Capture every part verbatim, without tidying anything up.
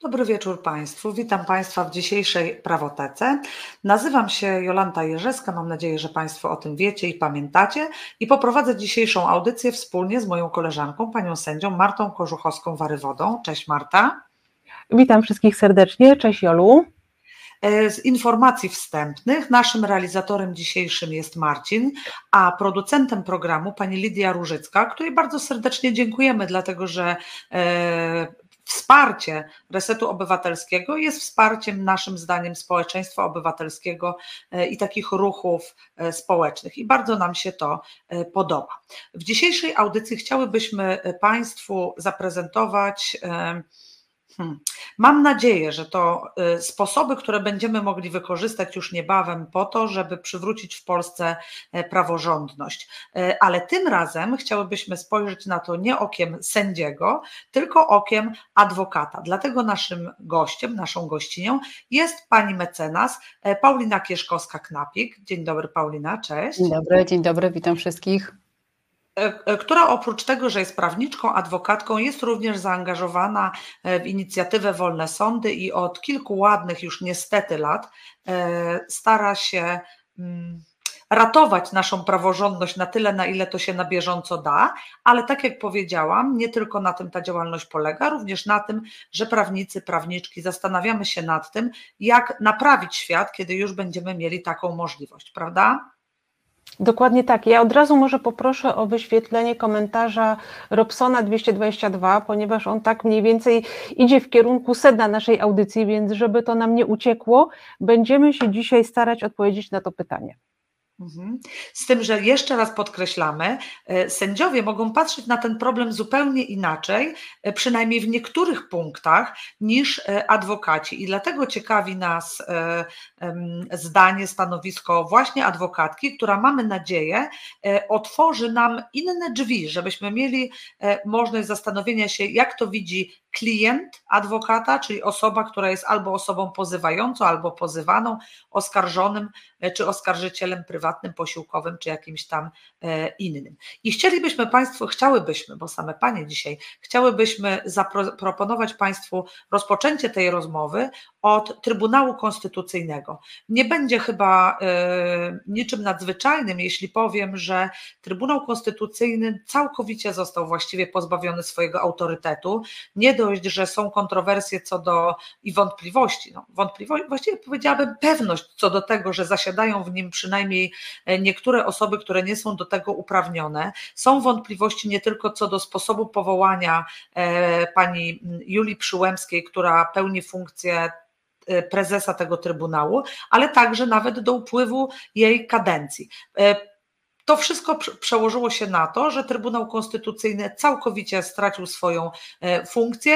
Dobry wieczór Państwu. Witam Państwa w dzisiejszej Prawotece. Nazywam się Jolanta Jerzewska. Mam nadzieję, że Państwo o tym wiecie i pamiętacie. I poprowadzę dzisiejszą audycję wspólnie z moją koleżanką, panią sędzią Martą Korzuchowską-Warywodą. Cześć Marta. Witam wszystkich serdecznie. Cześć Jolu. Z informacji wstępnych naszym realizatorem dzisiejszym jest Marcin, a producentem programu pani Lidia Różycka, której bardzo serdecznie dziękujemy, dlatego że e, wsparcie Resetu Obywatelskiego jest wsparciem naszym zdaniem społeczeństwa obywatelskiego i takich ruchów społecznych i bardzo nam się to podoba. W dzisiejszej audycji chciałybyśmy Państwu zaprezentować Hmm. Mam nadzieję, że to sposoby, które będziemy mogli wykorzystać już niebawem po to, żeby przywrócić w Polsce praworządność. Ale tym razem chciałybyśmy spojrzeć na to nie okiem sędziego, tylko okiem adwokata. Dlatego naszym gościem, naszą gościnią jest pani mecenas Paulina Kieszkowska-Knapik. Dzień dobry Paulina, cześć. Dzień dobry, dzień dobry, witam wszystkich. Która oprócz tego, że jest prawniczką, adwokatką, jest również zaangażowana w inicjatywę Wolne Sądy i od kilku ładnych już niestety lat stara się ratować naszą praworządność na tyle, na ile to się na bieżąco da, ale tak jak powiedziałam, nie tylko na tym ta działalność polega, również na tym, że prawnicy, prawniczki zastanawiamy się nad tym, jak naprawić świat, kiedy już będziemy mieli taką możliwość, prawda? Dokładnie tak. Ja od razu może poproszę o wyświetlenie komentarza Robsona dwieście dwadzieścia dwa, ponieważ on tak mniej więcej idzie w kierunku sedna naszej audycji, więc żeby to nam nie uciekło, będziemy się dzisiaj starać odpowiedzieć na to pytanie. Z tym, że jeszcze raz podkreślamy, sędziowie mogą patrzeć na ten problem zupełnie inaczej, przynajmniej w niektórych punktach, niż adwokaci i dlatego ciekawi nas zdanie, stanowisko właśnie adwokatki, która mamy nadzieję otworzy nam inne drzwi, żebyśmy mieli możliwość zastanowienia się, jak to widzi klient adwokata, czyli osoba, która jest albo osobą pozywającą, albo pozywaną, oskarżonym, czy oskarżycielem prywatnym, posiłkowym, czy jakimś tam innym. I chcielibyśmy Państwu, chciałybyśmy, bo same Panie dzisiaj, chciałybyśmy zaproponować Państwu rozpoczęcie tej rozmowy od Trybunału Konstytucyjnego. Nie będzie chyba niczym nadzwyczajnym, jeśli powiem, że Trybunał Konstytucyjny całkowicie został właściwie pozbawiony swojego autorytetu. Nie dość, że są kontrowersje co do i wątpliwości, no, wątpliwości, właściwie powiedziałabym pewność co do tego, że zasiadają w nim przynajmniej niektóre osoby, które nie są do tego uprawnione. Są wątpliwości nie tylko co do sposobu powołania pani Julii Przyłębskiej, która pełni funkcję prezesa tego Trybunału, ale także nawet do upływu jej kadencji. To wszystko przełożyło się na to, że Trybunał Konstytucyjny całkowicie stracił swoją funkcję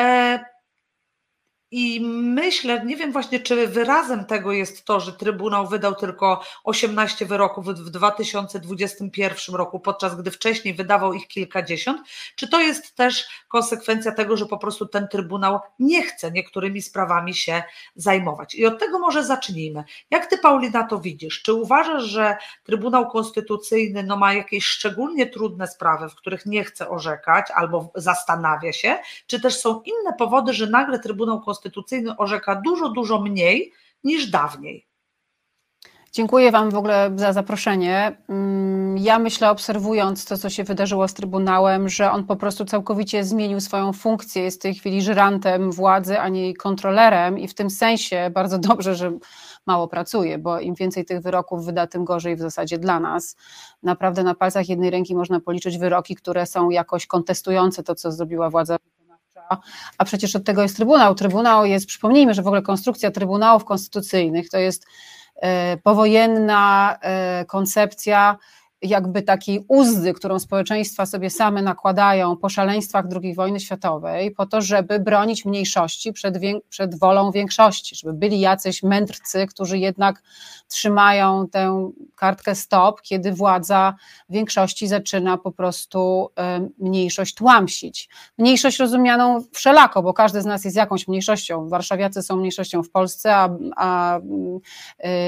i myślę, nie wiem właśnie, czy wyrazem tego jest to, że Trybunał wydał tylko osiemnaście wyroków w dwa tysiące dwudziestym pierwszym roku, podczas gdy wcześniej wydawał ich kilkadziesiąt, czy to jest też konsekwencja tego, że po prostu ten Trybunał nie chce niektórymi sprawami się zajmować. I od tego może zacznijmy. Jak Ty, Paulina, to widzisz? Czy uważasz, że Trybunał Konstytucyjny no, ma jakieś szczególnie trudne sprawy, w których nie chce orzekać albo zastanawia się, czy też są inne powody, że nagle Trybunał Konstytucyjny Konstytucyjny orzeka dużo, dużo mniej niż dawniej? Dziękuję Wam w ogóle za zaproszenie. Ja myślę, obserwując to, co się wydarzyło z Trybunałem, że on po prostu całkowicie zmienił swoją funkcję, jest w tej chwili żyrantem władzy, a nie kontrolerem i w tym sensie bardzo dobrze, że mało pracuje, bo im więcej tych wyroków wyda, tym gorzej w zasadzie dla nas. Naprawdę na palcach jednej ręki można policzyć wyroki, które są jakoś kontestujące to, co zrobiła władza, a przecież od tego jest Trybunał. Trybunał jest, przypomnijmy, że w ogóle konstrukcja Trybunałów Konstytucyjnych to jest powojenna koncepcja jakby takiej uzdy, którą społeczeństwa sobie same nakładają po szaleństwach drugiej wojny światowej, po to, żeby bronić mniejszości przed, przed wolą większości, żeby byli jacyś mędrcy, którzy jednak trzymają tę kartkę stop, kiedy władza większości zaczyna po prostu mniejszość tłamsić. Mniejszość rozumianą wszelako, bo każdy z nas jest jakąś mniejszością. Warszawiacy są mniejszością w Polsce, a, a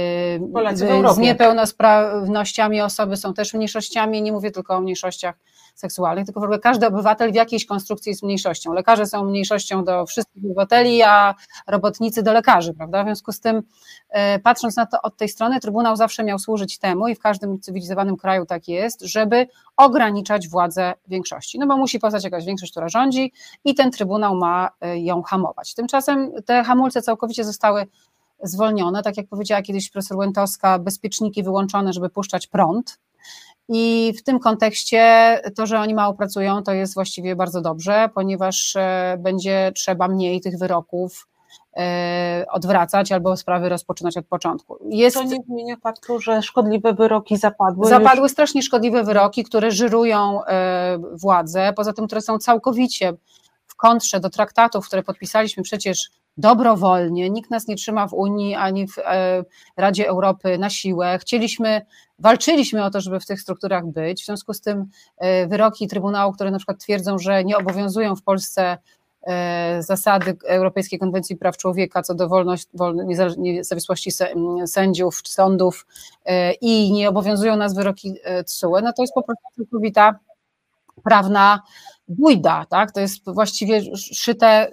yy, z niepełnosprawnościami osoby są też mniejszościami, nie mówię tylko o mniejszościach seksualnych, tylko w ogóle każdy obywatel w jakiejś konstrukcji jest mniejszością. Lekarze są mniejszością do wszystkich obywateli, a robotnicy do lekarzy, prawda? W związku z tym, patrząc na to od tej strony, Trybunał zawsze miał służyć temu i w każdym cywilizowanym kraju tak jest, żeby ograniczać władzę większości, no bo musi powstać jakaś większość, która rządzi i ten Trybunał ma ją hamować. Tymczasem te hamulce całkowicie zostały zwolnione, tak jak powiedziała kiedyś profesor Łętowska, bezpieczniki wyłączone, żeby puszczać prąd. I w tym kontekście to, że oni mało pracują, to jest właściwie bardzo dobrze, ponieważ będzie trzeba mniej tych wyroków odwracać albo sprawy rozpoczynać od początku. Jest... To nie zmienia faktu, że szkodliwe wyroki zapadły. Zapadły już... strasznie szkodliwe wyroki, które żyrują władzę, poza tym, które są całkowicie w kontrze do traktatów, które podpisaliśmy przecież dobrowolnie, nikt nas nie trzyma w Unii ani w Radzie Europy na siłę. Chcieliśmy, walczyliśmy o to, żeby w tych strukturach być, w związku z tym wyroki Trybunału, które na przykład twierdzą, że nie obowiązują w Polsce zasady Europejskiej Konwencji Praw Człowieka co do wolności, niezawisłości sędziów czy sądów i nie obowiązują nas wyroki T S U E, no to jest po prostu całkowita prawna bójda, tak? To jest właściwie szyte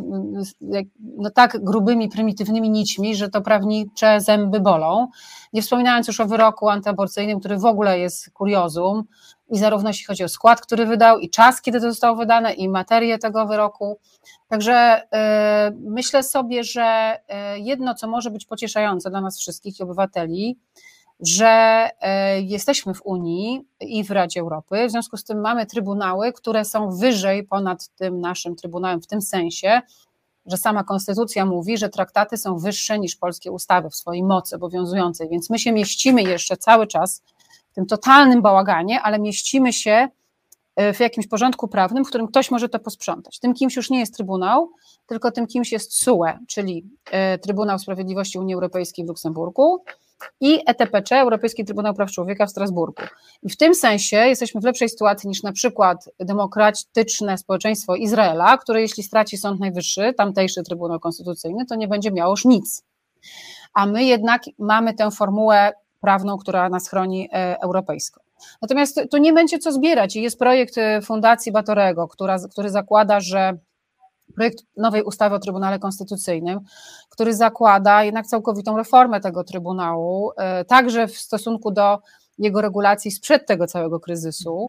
no tak grubymi, prymitywnymi nićmi, że to prawnicze zęby bolą. Nie wspominając już o wyroku antyaborcyjnym, który w ogóle jest kuriozum i zarówno jeśli chodzi o skład, który wydał i czas, kiedy to zostało wydane i materię tego wyroku. Także yy, myślę sobie, że yy, jedno, co może być pocieszające dla nas wszystkich i obywateli, że jesteśmy w Unii i w Radzie Europy, w związku z tym mamy trybunały, które są wyżej ponad tym naszym trybunałem w tym sensie, że sama konstytucja mówi, że traktaty są wyższe niż polskie ustawy w swojej mocy obowiązującej, więc my się mieścimy jeszcze cały czas w tym totalnym bałaganie, ale mieścimy się w jakimś porządku prawnym, w którym ktoś może to posprzątać. Tym kimś już nie jest Trybunał, tylko tym kimś jest T S U E, czyli Trybunał Sprawiedliwości Unii Europejskiej w Luksemburgu, i E T P C, Europejski Trybunał Praw Człowieka w Strasburgu. I w tym sensie jesteśmy w lepszej sytuacji niż na przykład demokratyczne społeczeństwo Izraela, które jeśli straci Sąd Najwyższy, tamtejszy Trybunał Konstytucyjny, to nie będzie miało już nic. A my jednak mamy tę formułę prawną, która nas chroni europejsko. Natomiast tu nie będzie co zbierać i jest projekt Fundacji Batorego, która, który zakłada, że projekt nowej ustawy o Trybunale Konstytucyjnym, który zakłada jednak całkowitą reformę tego Trybunału, także w stosunku do jego regulacji sprzed tego całego kryzysu.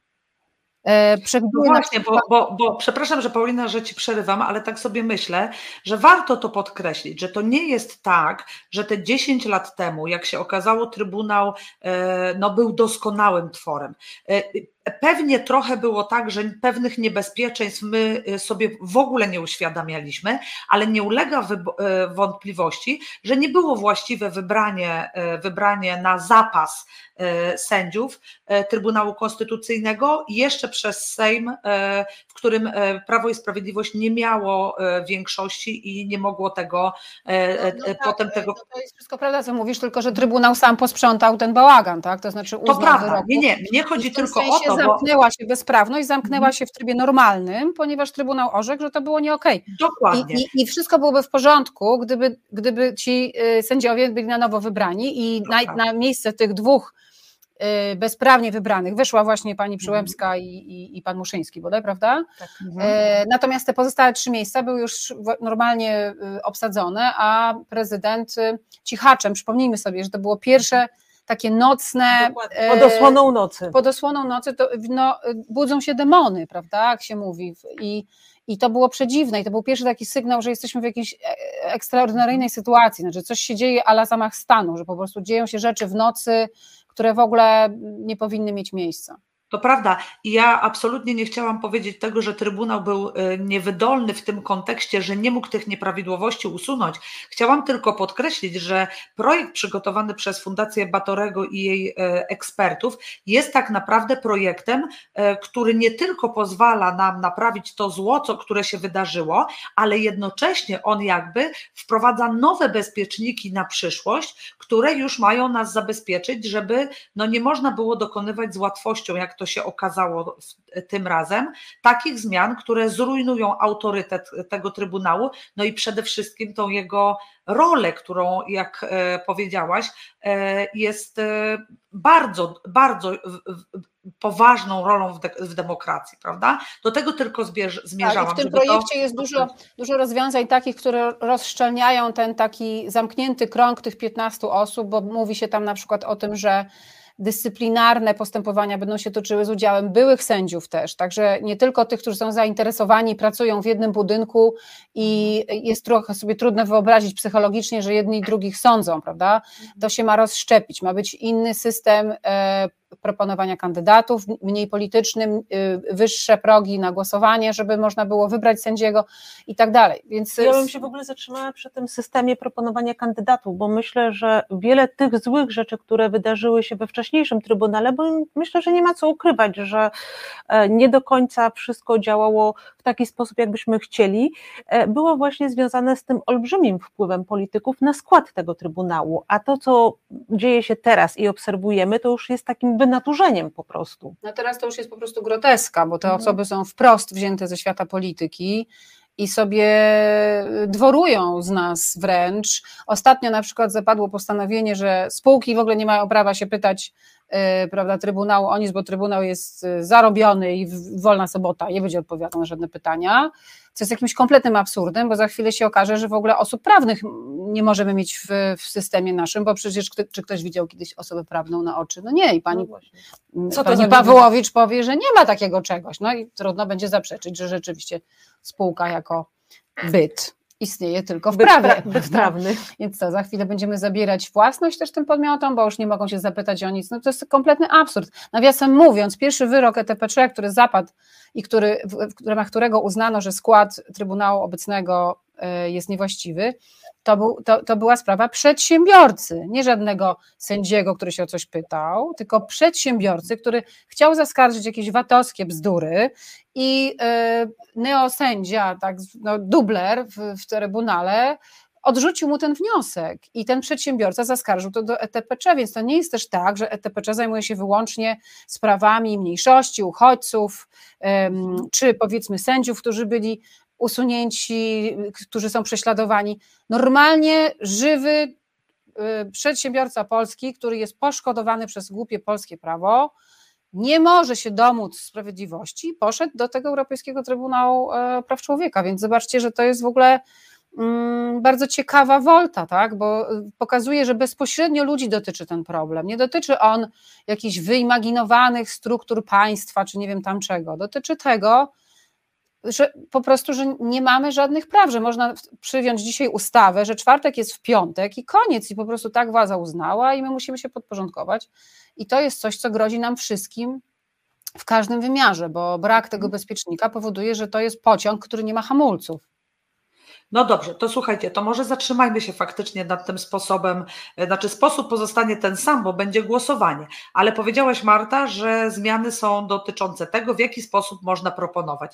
No właśnie, bo, bo, bo przepraszam, że Paulina, że ci przerywam, ale tak sobie myślę, że warto to podkreślić, że to nie jest tak, że te dziesięć lat temu, jak się okazało, Trybunał no, był doskonałym tworem. Pewnie trochę było tak, że pewnych niebezpieczeństw my sobie w ogóle nie uświadamialiśmy, ale nie ulega wątpliwości, że nie było właściwe wybranie, wybranie na zapas sędziów Trybunału Konstytucyjnego jeszcze przez Sejm, w którym Prawo i Sprawiedliwość nie miało większości i nie mogło tego no, no potem tak, tego... To jest wszystko prawda, co mówisz, tylko że Trybunał sam posprzątał ten bałagan, tak? To znaczy uznał To prawda, wyroku. nie, nie, mnie chodzi tylko o to, zamknęła bo... się bezprawność, zamknęła hmm. się w trybie normalnym, ponieważ Trybunał orzekł, że to było nie okej. Dokładnie. I, i, I wszystko byłoby w porządku, gdyby, gdyby ci sędziowie byli na nowo wybrani i na, na miejsce tych dwóch bezprawnie wybranych wyszła właśnie pani Przyłębska hmm. i, i, i pan Muszyński bodaj, prawda? Tak. Hmm. Natomiast te pozostałe trzy miejsca były już normalnie obsadzone, a prezydent cichaczem, przypomnijmy sobie, że to było pierwsze takie nocne... Pod osłoną nocy. Pod osłoną nocy to no, budzą się demony, prawda, jak się mówi. I, I to było przedziwne i to był pierwszy taki sygnał, że jesteśmy w jakiejś ekstraordynaryjnej sytuacji, znaczy coś się dzieje a la zamach stanu, że po prostu dzieją się rzeczy w nocy, które w ogóle nie powinny mieć miejsca. To prawda i ja absolutnie nie chciałam powiedzieć tego, że Trybunał był niewydolny w tym kontekście, że nie mógł tych nieprawidłowości usunąć. Chciałam tylko podkreślić, że projekt przygotowany przez Fundację Batorego i jej ekspertów jest tak naprawdę projektem, który nie tylko pozwala nam naprawić to zło, co, które się wydarzyło, ale jednocześnie on jakby wprowadza nowe bezpieczniki na przyszłość, które już mają nas zabezpieczyć, żeby no nie można było dokonywać z łatwością, jak to to się okazało tym razem, takich zmian, które zrujnują autorytet tego Trybunału, no i przede wszystkim tą jego rolę, którą, jak powiedziałaś, jest bardzo, bardzo poważną rolą w, de, w demokracji, prawda? Do tego tylko zbierz, zmierzałam. Tak, i w tym żeby projekcie to... jest dużo, dużo rozwiązań takich, które rozszczelniają ten taki zamknięty krąg tych piętnastu osób, bo mówi się tam na przykład o tym, że dyscyplinarne postępowania będą się toczyły z udziałem byłych sędziów też, także nie tylko tych, którzy są zainteresowani, pracują w jednym budynku i jest trochę sobie trudno wyobrazić psychologicznie, że jedni i drugich sądzą, prawda? To się ma rozszczepić, ma być inny system e, proponowania kandydatów, mniej politycznym, wyższe progi na głosowanie, żeby można było wybrać sędziego i tak dalej. Więc ja bym się w ogóle zatrzymała przy tym systemie proponowania kandydatów, bo myślę, że wiele tych złych rzeczy, które wydarzyły się we wcześniejszym Trybunale, bo myślę, że nie ma co ukrywać, że nie do końca wszystko działało w taki sposób, jakbyśmy chcieli, było właśnie związane z tym olbrzymim wpływem polityków na skład tego Trybunału, a to, co dzieje się teraz i obserwujemy, to już jest takim wynaturzeniem po prostu. No teraz to już jest po prostu groteska, bo te Mhm. osoby są wprost wzięte ze świata polityki i sobie dworują z nas wręcz. Ostatnio na przykład zapadło postanowienie, że spółki w ogóle nie mają prawa się pytać yy, prawda, Trybunału o nic, bo Trybunał jest zarobiony i wolna sobota, nie będzie odpowiadał na żadne pytania, co jest jakimś kompletnym absurdem, bo za chwilę się okaże, że w ogóle osób prawnych nie możemy mieć w, w systemie naszym, bo przecież kto, czy ktoś widział kiedyś osobę prawną na oczy? No nie, i pani, no Co pani Pawłowicz powie, że nie ma takiego czegoś, no i trudno będzie zaprzeczyć, że rzeczywiście spółka jako byt istnieje tylko w byt prawie. Pra, byt prawny. Więc co, za chwilę będziemy zabierać własność też tym podmiotom, bo już nie mogą się zapytać o nic. No to jest kompletny absurd. Nawiasem mówiąc, pierwszy wyrok E T P C, który zapadł i który, w ramach którego uznano, że skład Trybunału obecnego jest niewłaściwy, to, był, to, to była sprawa przedsiębiorcy, nie żadnego sędziego, który się o coś pytał, tylko przedsiębiorcy, który chciał zaskarżyć jakieś watowskie bzdury i yy, neosędzia, tak, no, dubler w, w Trybunale odrzucił mu ten wniosek i ten przedsiębiorca zaskarżył to do E T P C, więc to nie jest też tak, że E T P C zajmuje się wyłącznie sprawami mniejszości, uchodźców, ym, czy powiedzmy sędziów, którzy byli usunięci, którzy są prześladowani. Normalnie żywy przedsiębiorca polski, który jest poszkodowany przez głupie polskie prawo, nie może się domóc sprawiedliwości, poszedł do tego Europejskiego Trybunału Praw Człowieka, więc zobaczcie, że to jest w ogóle bardzo ciekawa wolta, tak? Bo pokazuje, że bezpośrednio ludzi dotyczy ten problem. Nie dotyczy on jakichś wyimaginowanych struktur państwa, czy nie wiem tam czego. Dotyczy tego, że po prostu, że nie mamy żadnych praw, że można przyjąć dzisiaj ustawę, że czwartek jest w piątek i koniec i po prostu tak władza uznała i my musimy się podporządkować i to jest coś, co grozi nam wszystkim w każdym wymiarze, bo brak tego bezpiecznika powoduje, że to jest pociąg, który nie ma hamulców. No dobrze, to słuchajcie, to może zatrzymajmy się faktycznie nad tym sposobem, znaczy sposób pozostanie ten sam, bo będzie głosowanie, ale powiedziałaś, Marta, że zmiany są dotyczące tego, w jaki sposób można proponować.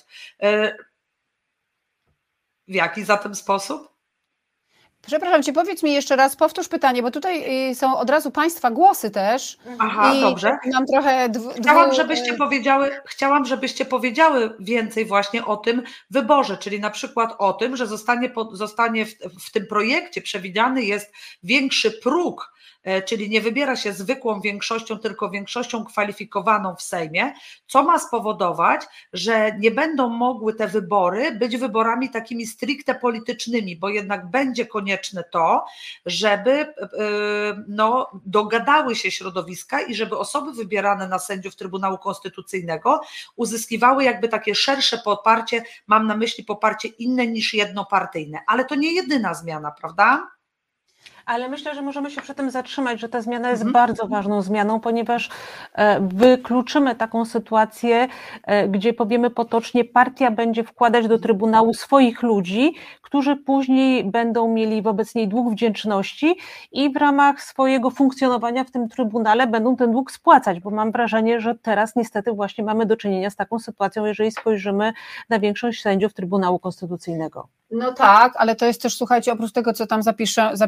W jaki zatem sposób? Przepraszam cię, powiedz mi jeszcze raz, powtórz pytanie, bo tutaj są od razu Państwa głosy też. Aha, i dobrze. Mam trochę dwu, chciałam, żebyście powiedziały, chciałam, żebyście powiedziały więcej właśnie o tym wyborze, czyli na przykład o tym, że zostanie, zostanie w, w tym projekcie przewidziany jest większy próg, czyli nie wybiera się zwykłą większością, tylko większością kwalifikowaną w Sejmie, co ma spowodować, że nie będą mogły te wybory być wyborami takimi stricte politycznymi, bo jednak będzie konieczne to, żeby no, dogadały się środowiska i żeby osoby wybierane na sędziów Trybunału Konstytucyjnego uzyskiwały jakby takie szersze poparcie, mam na myśli poparcie inne niż jednopartyjne, ale to nie jedyna zmiana, prawda? Ale myślę, że możemy się przy tym zatrzymać, że ta zmiana jest Mhm. bardzo ważną zmianą, ponieważ wykluczymy taką sytuację, gdzie powiemy potocznie, partia będzie wkładać do Trybunału swoich ludzi, którzy później będą mieli wobec niej dług wdzięczności i w ramach swojego funkcjonowania w tym Trybunale będą ten dług spłacać, bo mam wrażenie, że teraz niestety właśnie mamy do czynienia z taką sytuacją, jeżeli spojrzymy na większość sędziów Trybunału Konstytucyjnego. No tak, ale to jest też, słuchajcie, oprócz tego, co tam zapisze, zapiszemy sobie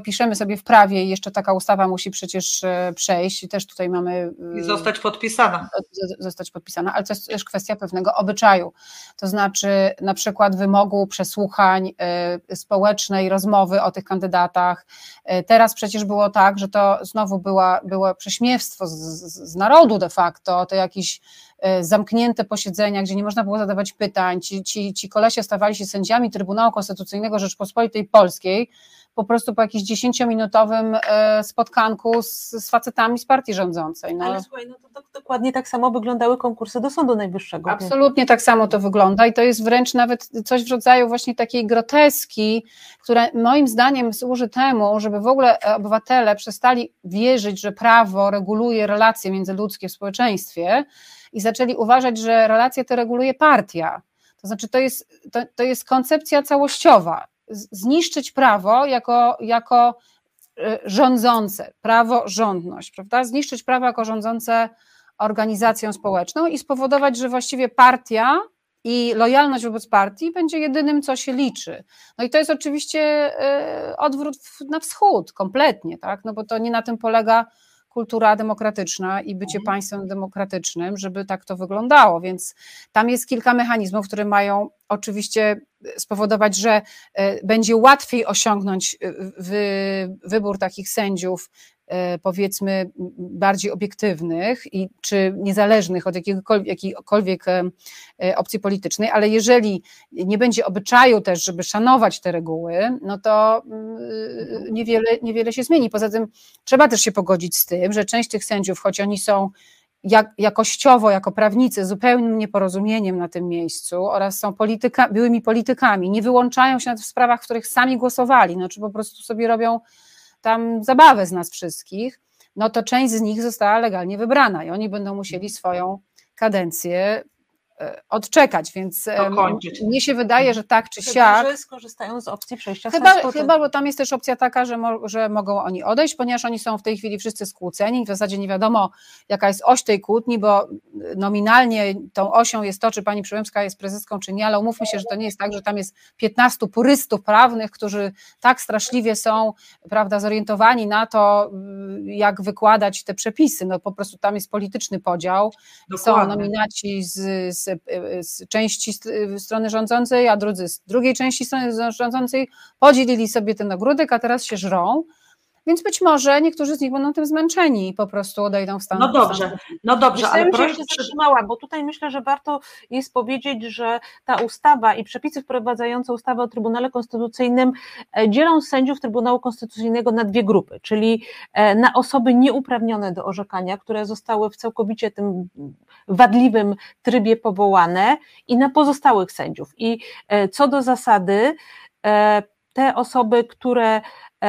sobie w prawie i jeszcze taka ustawa musi przecież przejść i też tutaj mamy... I zostać podpisana. Zostać podpisana, ale to jest też kwestia pewnego obyczaju, to znaczy na przykład wymogu przesłuchań społecznej, rozmowy o tych kandydatach. Teraz przecież było tak, że to znowu była, było prześmiewstwo z, z, z narodu de facto, to jakieś zamknięte posiedzenia, gdzie nie można było zadawać pytań, ci, ci, ci kolesie stawali się sędziami Trybunału Konstytucyjnego Rzeczypospolitej Polskiej, po prostu po jakimś dziesięciominutowym spotkanku z, z facetami z partii rządzącej. No. Ale słuchaj, no to, to dokładnie tak samo wyglądały konkursy do Sądu Najwyższego. Absolutnie tak samo to wygląda i to jest wręcz nawet coś w rodzaju właśnie takiej groteski, która moim zdaniem służy temu, żeby w ogóle obywatele przestali wierzyć, że prawo reguluje relacje międzyludzkie w społeczeństwie i zaczęli uważać, że relacje te reguluje partia. To znaczy to jest, to, to jest koncepcja całościowa. Zniszczyć prawo jako, jako rządzące, praworządność, prawda? Zniszczyć prawo jako rządzące organizacją społeczną i spowodować, że właściwie partia i lojalność wobec partii będzie jedynym, co się liczy. No i to jest oczywiście odwrót na wschód, kompletnie, tak? No bo to nie na tym polega kultura demokratyczna i bycie państwem demokratycznym, żeby tak to wyglądało, więc tam jest kilka mechanizmów, które mają oczywiście spowodować, że będzie łatwiej osiągnąć wybór takich sędziów, powiedzmy bardziej obiektywnych i czy niezależnych od jakiegokolwiek, jakiejkolwiek opcji politycznej, ale jeżeli nie będzie obyczaju też, żeby szanować te reguły, no to niewiele, niewiele się zmieni. Poza tym trzeba też się pogodzić z tym, że część tych sędziów, choć oni są jak, jakościowo, jako prawnicy zupełnym nieporozumieniem na tym miejscu oraz są polityka, byłymi politykami, nie wyłączają się w sprawach, w których sami głosowali, no czy po prostu sobie robią tam zabawę z nas wszystkich, no to część z nich została legalnie wybrana i oni będą musieli swoją kadencję odczekać, więc dokończyć. Mnie się wydaje, że tak czy chyba, siak... że skorzystają z opcji przejścia chyba, chyba, bo tam jest też opcja taka, że, mo, że mogą oni odejść, ponieważ oni są w tej chwili wszyscy skłóceni, w zasadzie nie wiadomo jaka jest oś tej kłótni, bo nominalnie tą osią jest to, czy pani Przyłębska jest prezeską, czy nie, ale umówmy się, że to nie jest tak, że tam jest piętnastu purystów prawnych, którzy tak straszliwie są, prawda, zorientowani na to, jak wykładać te przepisy, no po prostu tam jest polityczny podział, dokładnie. Są nominaci z, z z części strony rządzącej, a drudzy z drugiej części strony rządzącej podzielili sobie ten ogródek, a teraz się żrą, więc być może niektórzy z nich będą tym zmęczeni i po prostu odejdą w stan. No dobrze, no dobrze, ale ja bym się zatrzymała, bo tutaj myślę, że warto jest powiedzieć, że ta ustawa i przepisy wprowadzające ustawę o Trybunale Konstytucyjnym dzielą sędziów Trybunału Konstytucyjnego na dwie grupy, czyli na osoby nieuprawnione do orzekania, które zostały w całkowicie tym wadliwym trybie powołane, i na pozostałych sędziów. I co do zasady, te osoby, które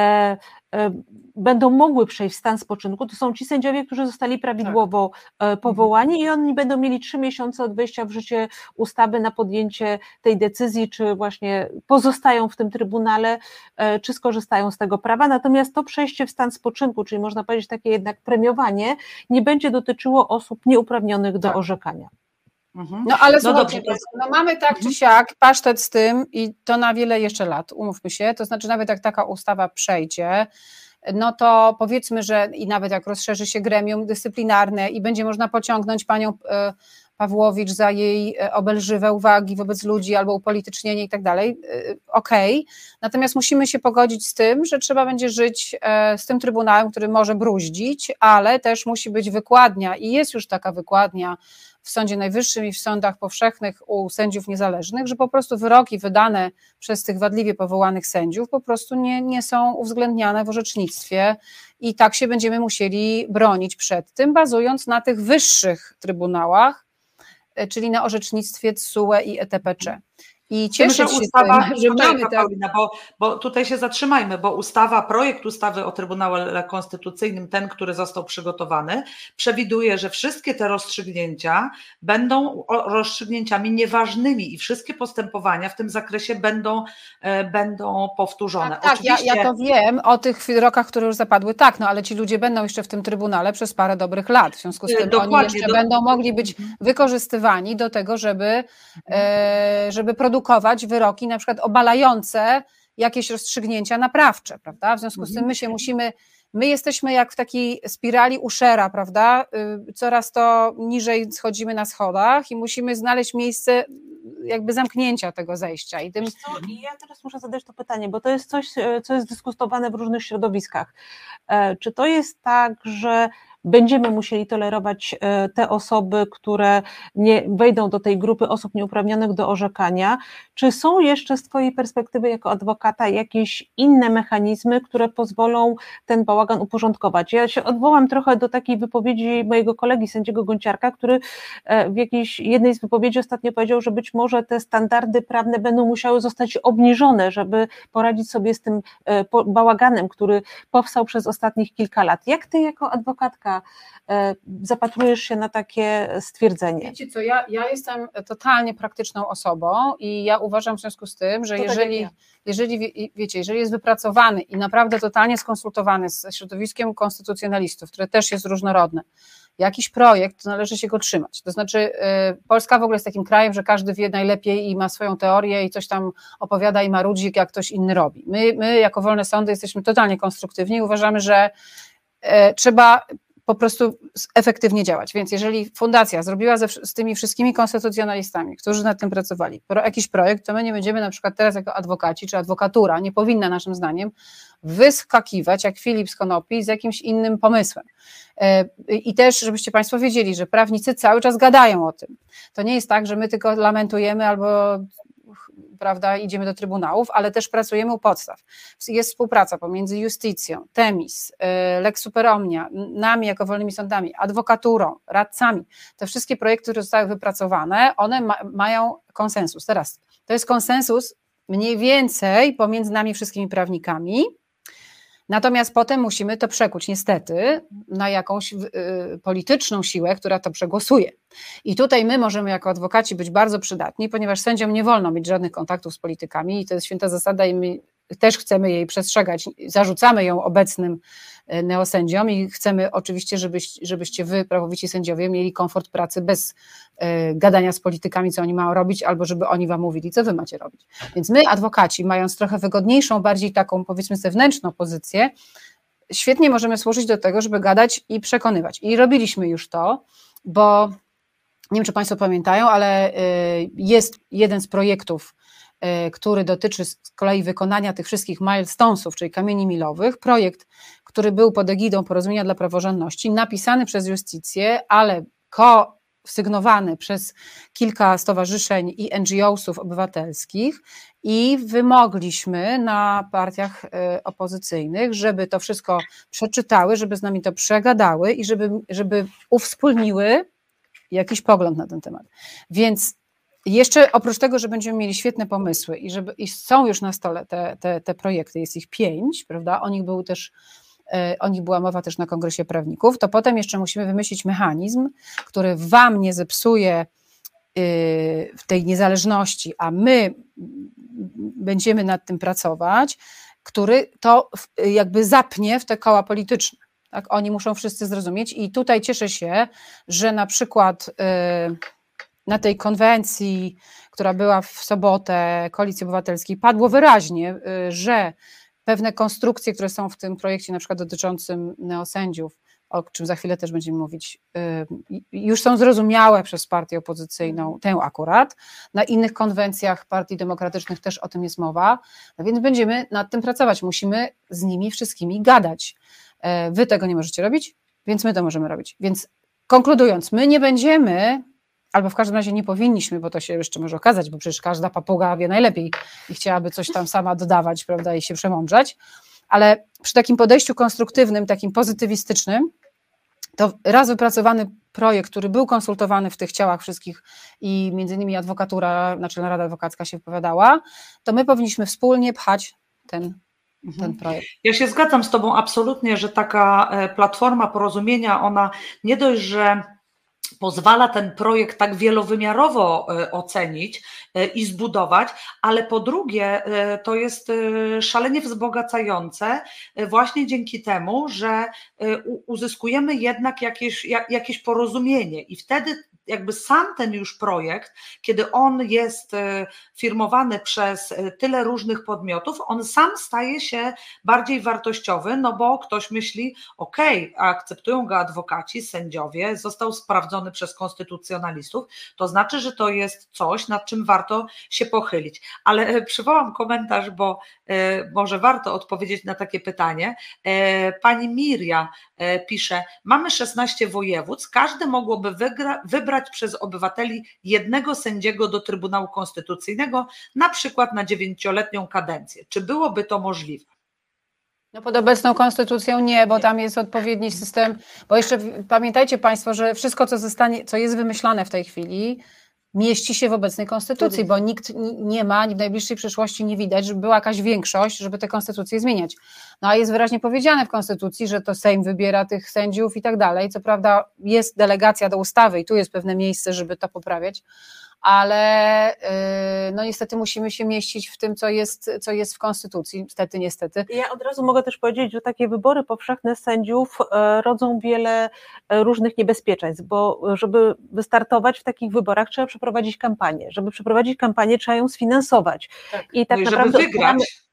będą mogły przejść w stan spoczynku, to są ci sędziowie, którzy zostali prawidłowo tak. powołani i oni będą mieli trzy miesiące od wejścia w życie ustawy na podjęcie tej decyzji, czy właśnie pozostają w tym Trybunale, czy skorzystają z tego prawa. Natomiast to przejście w stan spoczynku, czyli można powiedzieć takie jednak premiowanie, nie będzie dotyczyło osób nieuprawnionych do tak. orzekania. Mhm. No ale no słuchajcie, dobrze, no mamy tak czy siak pasztet z tym i to na wiele jeszcze lat, umówmy się, to znaczy nawet jak taka ustawa przejdzie, no to powiedzmy, że i nawet jak rozszerzy się gremium dyscyplinarne i będzie można pociągnąć panią Pawłowicz za jej obelżywe uwagi wobec ludzi albo upolitycznienie i tak dalej, okej, okay. Natomiast musimy się pogodzić z tym, że trzeba będzie żyć z tym Trybunałem, który może bruździć, ale też musi być wykładnia i jest już taka wykładnia w Sądzie Najwyższym i w sądach powszechnych u sędziów niezależnych, że po prostu wyroki wydane przez tych wadliwie powołanych sędziów po prostu nie, nie są uwzględniane w orzecznictwie i tak się będziemy musieli bronić przed tym, bazując na tych wyższych trybunałach, czyli na orzecznictwie T S U E i E T P C. I cieszyć się ustawa, tym, że mamy tak... Paulina, bo, bo tutaj się zatrzymajmy, bo ustawa, projekt ustawy o Trybunale Konstytucyjnym, ten, który został przygotowany, przewiduje, że wszystkie te rozstrzygnięcia będą rozstrzygnięciami nieważnymi i wszystkie postępowania w tym zakresie będą, będą powtórzone. Tak, tak Oczywiście... ja, ja to wiem o tych wyrokach, które już zapadły, tak, no ale ci ludzie będą jeszcze w tym Trybunale przez parę dobrych lat, w związku z tym Dokładnie, oni jeszcze do... będą mogli być wykorzystywani do tego, żeby, żeby produkować wyroki na przykład obalające jakieś rozstrzygnięcia naprawcze, prawda? W związku z tym my się musimy, my jesteśmy jak w takiej spirali Ushera, prawda? Coraz to niżej schodzimy na schodach i musimy znaleźć miejsce jakby zamknięcia tego zejścia. I tym... Co, i ja teraz muszę zadać to pytanie, bo to jest coś, co jest dyskutowane w różnych środowiskach. Czy to jest tak, że będziemy musieli tolerować te osoby, które nie wejdą do tej grupy osób nieuprawnionych do orzekania? Czy są jeszcze z twojej perspektywy jako adwokata jakieś inne mechanizmy, które pozwolą ten bałagan uporządkować? Ja się odwołam trochę do takiej wypowiedzi mojego kolegi, sędziego Gonciarka, który w jakiejś jednej z wypowiedzi ostatnio powiedział, że być może te standardy prawne będą musiały zostać obniżone, żeby poradzić sobie z tym bałaganem, który powstał przez ostatnich kilka lat. Jak ty jako adwokatka zapatrujesz się na takie stwierdzenie? Wiecie co, ja, ja jestem totalnie praktyczną osobą i ja uważam w związku z tym, że To tak jeżeli, jak ja. jeżeli, wiecie, jeżeli jest wypracowany i naprawdę totalnie skonsultowany z środowiskiem konstytucjonalistów, które też jest różnorodne, jakiś projekt, to należy się go trzymać. To znaczy yy, Polska w ogóle jest takim krajem, że każdy wie najlepiej i ma swoją teorię i coś tam opowiada i marudzi, jak ktoś inny robi. My, my jako wolne sądy jesteśmy totalnie konstruktywni i uważamy, że yy, trzeba po prostu efektywnie działać. Więc jeżeli fundacja zrobiła ze, z tymi wszystkimi konstytucjonalistami, którzy nad tym pracowali, pro, jakiś projekt, to my nie będziemy na przykład teraz jako adwokaci, czy adwokatura nie powinna naszym zdaniem wyskakiwać jak Filip z konopi z jakimś innym pomysłem. I też, żebyście Państwo wiedzieli, że prawnicy cały czas gadają o tym. To nie jest tak, że my tylko lamentujemy albo prawda, idziemy do trybunałów, ale też pracujemy u podstaw. Jest współpraca pomiędzy Justicją, Temis, Lex Super Omnia, nami jako wolnymi sądami, adwokaturą, radcami. Te wszystkie projekty, które zostały wypracowane, one ma, mają konsensus. Teraz to jest konsensus mniej więcej pomiędzy nami wszystkimi prawnikami, natomiast potem musimy to przekuć niestety na jakąś y, polityczną siłę, która to przegłosuje. I tutaj my możemy jako adwokaci być bardzo przydatni, ponieważ sędziom nie wolno mieć żadnych kontaktów z politykami i to jest święta zasada i my też chcemy jej przestrzegać, zarzucamy ją obecnym neosędziom i chcemy oczywiście, żebyś, żebyście wy, prawowici sędziowie, mieli komfort pracy bez y, gadania z politykami, co oni mają robić, albo żeby oni wam mówili, co wy macie robić. Więc my, adwokaci, mając trochę wygodniejszą, bardziej taką, powiedzmy, zewnętrzną pozycję, świetnie możemy służyć do tego, żeby gadać i przekonywać. I robiliśmy już to, bo nie wiem, czy Państwo pamiętają, ale y, jest jeden z projektów, który dotyczy z kolei wykonania tych wszystkich milestonesów, czyli kamieni milowych, projekt, który był pod egidą Porozumienia dla Praworządności, napisany przez Justicję, ale kosygnowany przez kilka stowarzyszeń i en dżi osów obywatelskich i wymogliśmy na partiach opozycyjnych, żeby to wszystko przeczytały, żeby z nami to przegadały i żeby, żeby uwspólniły jakiś pogląd na ten temat. Więc jeszcze oprócz tego, że będziemy mieli świetne pomysły i, żeby, i są już na stole te, te, te projekty, jest ich pięć, prawda? O nich, był też, o nich była mowa też na Kongresie Prawników, to potem jeszcze musimy wymyślić mechanizm, który wam nie zepsuje w tej niezależności, a my będziemy nad tym pracować, który to jakby zapnie w te koła polityczne. Tak? Oni muszą wszyscy zrozumieć i tutaj cieszę się, że na przykład na tej konwencji, która była w sobotę Koalicji Obywatelskiej, padło wyraźnie, że pewne konstrukcje, które są w tym projekcie, na przykład dotyczącym neosędziów, o czym za chwilę też będziemy mówić, już są zrozumiałe przez partię opozycyjną, tę akurat. Na innych konwencjach partii demokratycznych też o tym jest mowa, no więc będziemy nad tym pracować. Musimy z nimi wszystkimi gadać. Wy tego nie możecie robić, więc my to możemy robić. Więc konkludując, my nie będziemy, albo w każdym razie nie powinniśmy, bo to się jeszcze może okazać, bo przecież każda papuga wie najlepiej i chciałaby coś tam sama dodawać, prawda, i się przemądrzać, ale przy takim podejściu konstruktywnym, takim pozytywistycznym, to raz wypracowany projekt, który był konsultowany w tych ciałach wszystkich i między innymi adwokatura, Naczelna Rada Adwokacka się wypowiadała, to my powinniśmy wspólnie pchać ten, ten projekt. Ja się zgadzam z Tobą absolutnie, że taka platforma porozumienia, ona nie dość, że pozwala ten projekt tak wielowymiarowo ocenić i zbudować, ale po drugie to jest szalenie wzbogacające właśnie dzięki temu, że uzyskujemy jednak jakieś, jakieś porozumienie i wtedy jakby sam ten już projekt, kiedy on jest firmowany przez tyle różnych podmiotów, on sam staje się bardziej wartościowy, no bo ktoś myśli, okej, okay, akceptują go adwokaci, sędziowie, został sprawdzony przez konstytucjonalistów, to znaczy, że to jest coś, nad czym warto się pochylić. Ale przywołam komentarz, bo może warto odpowiedzieć na takie pytanie. Pani Miria pisze, mamy szesnaście województw, każde mogłoby wygra- wybrać przez obywateli jednego sędziego do Trybunału Konstytucyjnego, na przykład na dziewięcioletnią kadencję. Czy byłoby to możliwe? No pod obecną konstytucją nie, bo tam jest odpowiedni system, bo jeszcze pamiętajcie Państwo, że wszystko, co zostanie, co jest wymyślane w tej chwili, mieści się w obecnej konstytucji, bo nikt nie ma, w najbliższej przyszłości nie widać, żeby była jakaś większość, żeby tę konstytucję zmieniać. No a jest wyraźnie powiedziane w konstytucji, że to Sejm wybiera tych sędziów i tak dalej. Co prawda jest delegacja do ustawy i tu jest pewne miejsce, żeby to poprawiać, ale no niestety musimy się mieścić w tym, co jest, co jest w konstytucji, niestety, niestety. Ja od razu mogę też powiedzieć, że takie wybory powszechne sędziów rodzą wiele różnych niebezpieczeństw, bo żeby wystartować w takich wyborach trzeba przeprowadzić kampanię, żeby przeprowadzić kampanię trzeba ją sfinansować. Tak. I tak no i naprawdę żeby wygrać.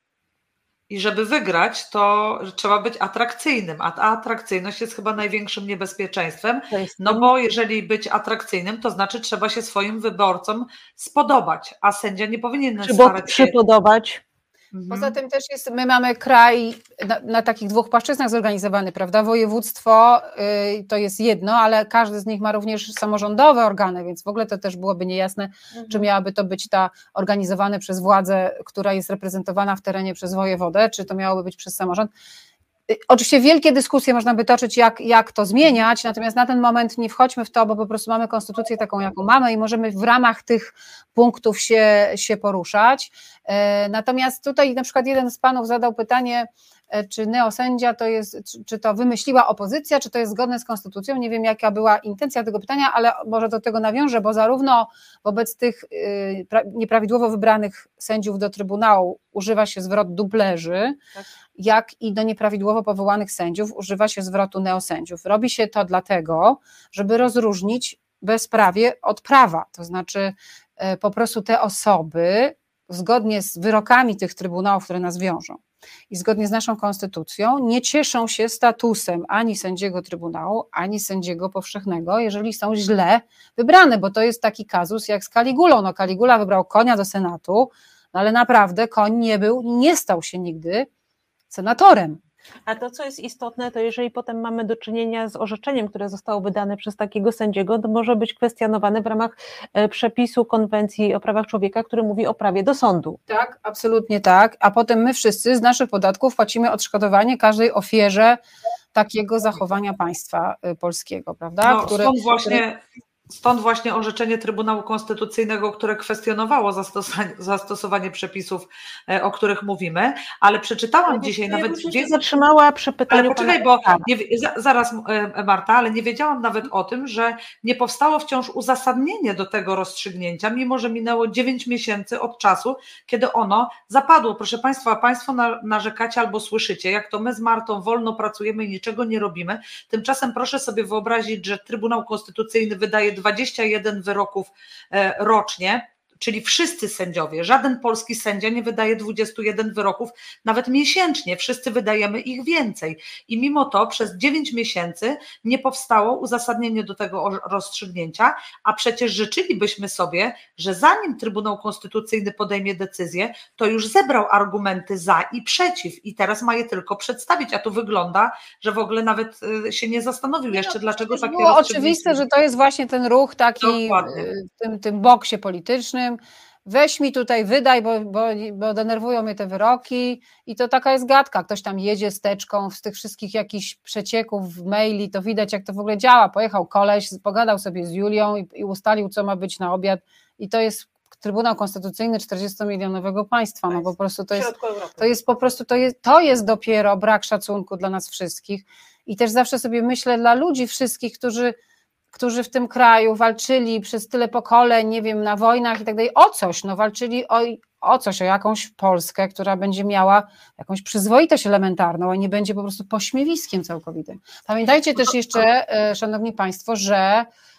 I żeby wygrać, to trzeba być atrakcyjnym, a ta atrakcyjność jest chyba największym niebezpieczeństwem, no bo jeżeli być atrakcyjnym, to znaczy trzeba się swoim wyborcom spodobać, a sędzia nie powinien starać się... przypodobać. Poza tym też jest, my mamy kraj na, na takich dwóch płaszczyznach zorganizowany, prawda? Województwo y, to jest jedno, ale każdy z nich ma również samorządowe organy, więc w ogóle to też byłoby niejasne, mhm. czy miałaby to być ta organizowane przez władzę, która jest reprezentowana w terenie przez wojewodę, czy to miałoby być przez samorząd. Oczywiście wielkie dyskusje można by toczyć, jak, jak to zmieniać, natomiast na ten moment nie wchodźmy w to, bo po prostu mamy konstytucję taką, jaką mamy i możemy w ramach tych punktów się, się poruszać. Natomiast tutaj na przykład jeden z panów zadał pytanie, czy neosędzia to jest, czy to wymyśliła opozycja, czy to jest zgodne z konstytucją. Nie wiem, jaka była intencja tego pytania, ale może do tego nawiążę, bo zarówno wobec tych nieprawidłowo wybranych sędziów do Trybunału używa się zwrot dublerzy, tak, jak i do nieprawidłowo powołanych sędziów używa się zwrotu neosędziów. Robi się to dlatego, żeby rozróżnić bezprawie od prawa, to znaczy po prostu te osoby zgodnie z wyrokami tych trybunałów, które nas wiążą i zgodnie z naszą konstytucją nie cieszą się statusem ani sędziego trybunału, ani sędziego powszechnego, jeżeli są źle wybrane, bo to jest taki kazus jak z Kaligulą. No Kaligula wybrał konia do Senatu, no ale naprawdę koń nie był, nie stał się nigdy senatorem. A to, co jest istotne, to jeżeli potem mamy do czynienia z orzeczeniem, które zostało wydane przez takiego sędziego, to może być kwestionowane w ramach przepisu Konwencji o prawach człowieka, który mówi o prawie do sądu. Tak, absolutnie tak, a potem my wszyscy z naszych podatków płacimy odszkodowanie każdej ofierze takiego zachowania państwa polskiego, prawda? No, które, stąd właśnie... które... Stąd właśnie orzeczenie Trybunału Konstytucyjnego, które kwestionowało zastosowanie, zastosowanie przepisów, o których mówimy, ale przeczytałam ale dzisiaj nawet... Ja się zatrzymała przy pytaniu... Ale poczekaj, bo nie, zaraz Marta, ale nie wiedziałam nawet o tym, że nie powstało wciąż uzasadnienie do tego rozstrzygnięcia, mimo że minęło dziewięć miesięcy od czasu, kiedy ono zapadło. Proszę Państwa, Państwo narzekacie albo słyszycie, jak to my z Martą wolno pracujemy i niczego nie robimy. Tymczasem proszę sobie wyobrazić, że Trybunał Konstytucyjny wydaje dwadzieścia jeden wyroków rocznie, czyli wszyscy sędziowie, żaden polski sędzia nie wydaje dwudziestu jeden wyroków nawet miesięcznie, wszyscy wydajemy ich więcej i mimo to przez dziewięć miesięcy nie powstało uzasadnienie do tego rozstrzygnięcia, a przecież życzylibyśmy sobie, że zanim Trybunał Konstytucyjny podejmie decyzję, to już zebrał argumenty za i przeciw i teraz ma je tylko przedstawić, a tu wygląda, że w ogóle nawet się nie zastanowił jeszcze, no, dlaczego takie było oczywiste, że to jest właśnie ten ruch taki Dokładnie. w tym, tym boksie politycznym, weź mi tutaj wydaj, bo, bo, bo denerwują mnie te wyroki i to taka jest gadka, ktoś tam jedzie z teczką z tych wszystkich jakichś przecieków w maili, to widać jak to w ogóle działa, pojechał koleś, pogadał sobie z Julią i, i ustalił co ma być na obiad i to jest Trybunał Konstytucyjny czterdziestomilionowego państwa, no po prostu to jest, to jest po prostu, to jest, to jest dopiero brak szacunku dla nas wszystkich i też zawsze sobie myślę dla ludzi wszystkich, którzy którzy w tym kraju walczyli przez tyle pokoleń, nie wiem, na wojnach i tak dalej, o coś, no walczyli o, o coś, o jakąś Polskę, która będzie miała jakąś przyzwoitość elementarną, a nie będzie po prostu pośmiewiskiem całkowitym. Pamiętajcie też jeszcze, szanowni państwo, że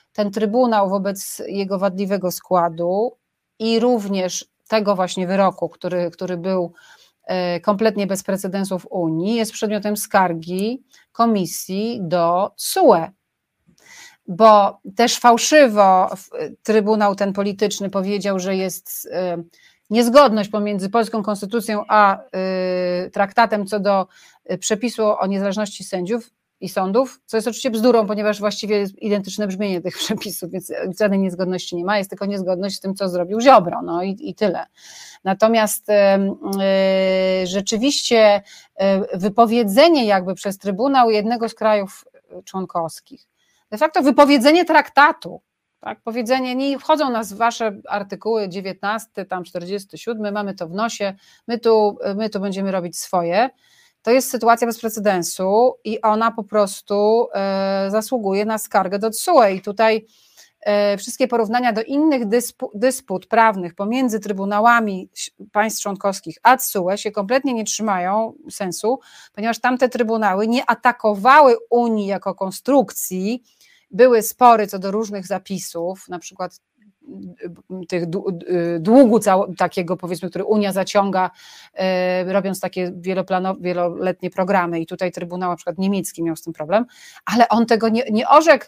ten Trybunał wobec jego wadliwego składu i również tego właśnie wyroku, który, który był kompletnie bez precedensów w Unii, jest przedmiotem skargi komisji do T S U E. Bo też fałszywo Trybunał ten polityczny powiedział, że jest niezgodność pomiędzy polską konstytucją a traktatem co do przepisu o niezależności sędziów i sądów, co jest oczywiście bzdurą, ponieważ właściwie jest identyczne brzmienie tych przepisów, więc żadnej niezgodności nie ma, jest tylko niezgodność z tym, co zrobił Ziobro, no i, i tyle. Natomiast yy, rzeczywiście yy, wypowiedzenie jakby przez Trybunał jednego z krajów członkowskich, de facto wypowiedzenie traktatu, tak, powiedzenie, nie wchodzą nas wasze artykuły dziewiętnasty, tam czterdziesty siódmy, mamy to w nosie, my tu, my tu będziemy robić swoje. To jest sytuacja bez precedensu i ona po prostu e, zasługuje na skargę do T S U E i tutaj e, wszystkie porównania do innych dyspu, dysput prawnych pomiędzy trybunałami państw członkowskich a T S U E się kompletnie nie trzymają sensu, ponieważ tamte trybunały nie atakowały Unii jako konstrukcji, były spory co do różnych zapisów, na przykład tych długu takiego, powiedzmy, który Unia zaciąga, robiąc takie wieloplanowe, wieloletnie programy i tutaj Trybunał na przykład niemiecki miał z tym problem, ale on tego nie, nie orzekł,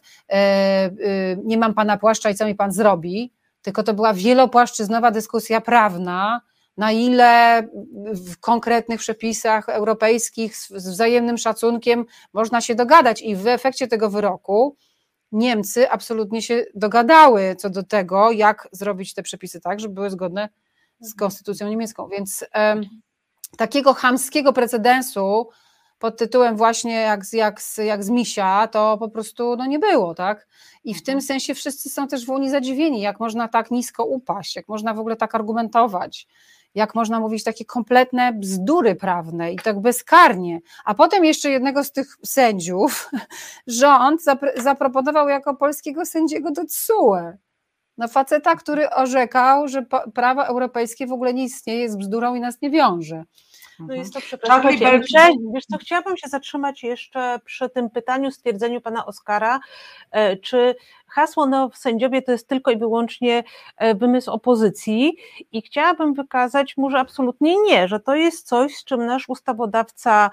nie mam pana płaszcza i co mi pan zrobi, tylko to była wielopłaszczyznowa dyskusja prawna, na ile w konkretnych przepisach europejskich z wzajemnym szacunkiem można się dogadać i w efekcie tego wyroku Niemcy absolutnie się dogadały co do tego, jak zrobić te przepisy tak, żeby były zgodne z konstytucją niemiecką, więc e, takiego chamskiego precedensu pod tytułem właśnie jak, jak, jak z misia, to po prostu no, nie było, tak? I w tym sensie wszyscy są też w Unii zadziwieni, jak można tak nisko upaść, jak można w ogóle tak argumentować, jak można mówić takie kompletne bzdury prawne i tak bezkarnie, a potem jeszcze jednego z tych sędziów rząd zapr- zaproponował jako polskiego sędziego do T S U E. No faceta, który orzekał, że po- prawo europejskie w ogóle nie istnieje, jest bzdurą i nas nie wiąże. No jest to przepraszam. Wiesz co, chciałabym się zatrzymać jeszcze przy tym pytaniu, stwierdzeniu pana Oskara, czy hasło neosędziowie to jest tylko i wyłącznie wymysł opozycji i chciałabym wykazać mu, że absolutnie nie, że to jest coś, z czym nasz ustawodawca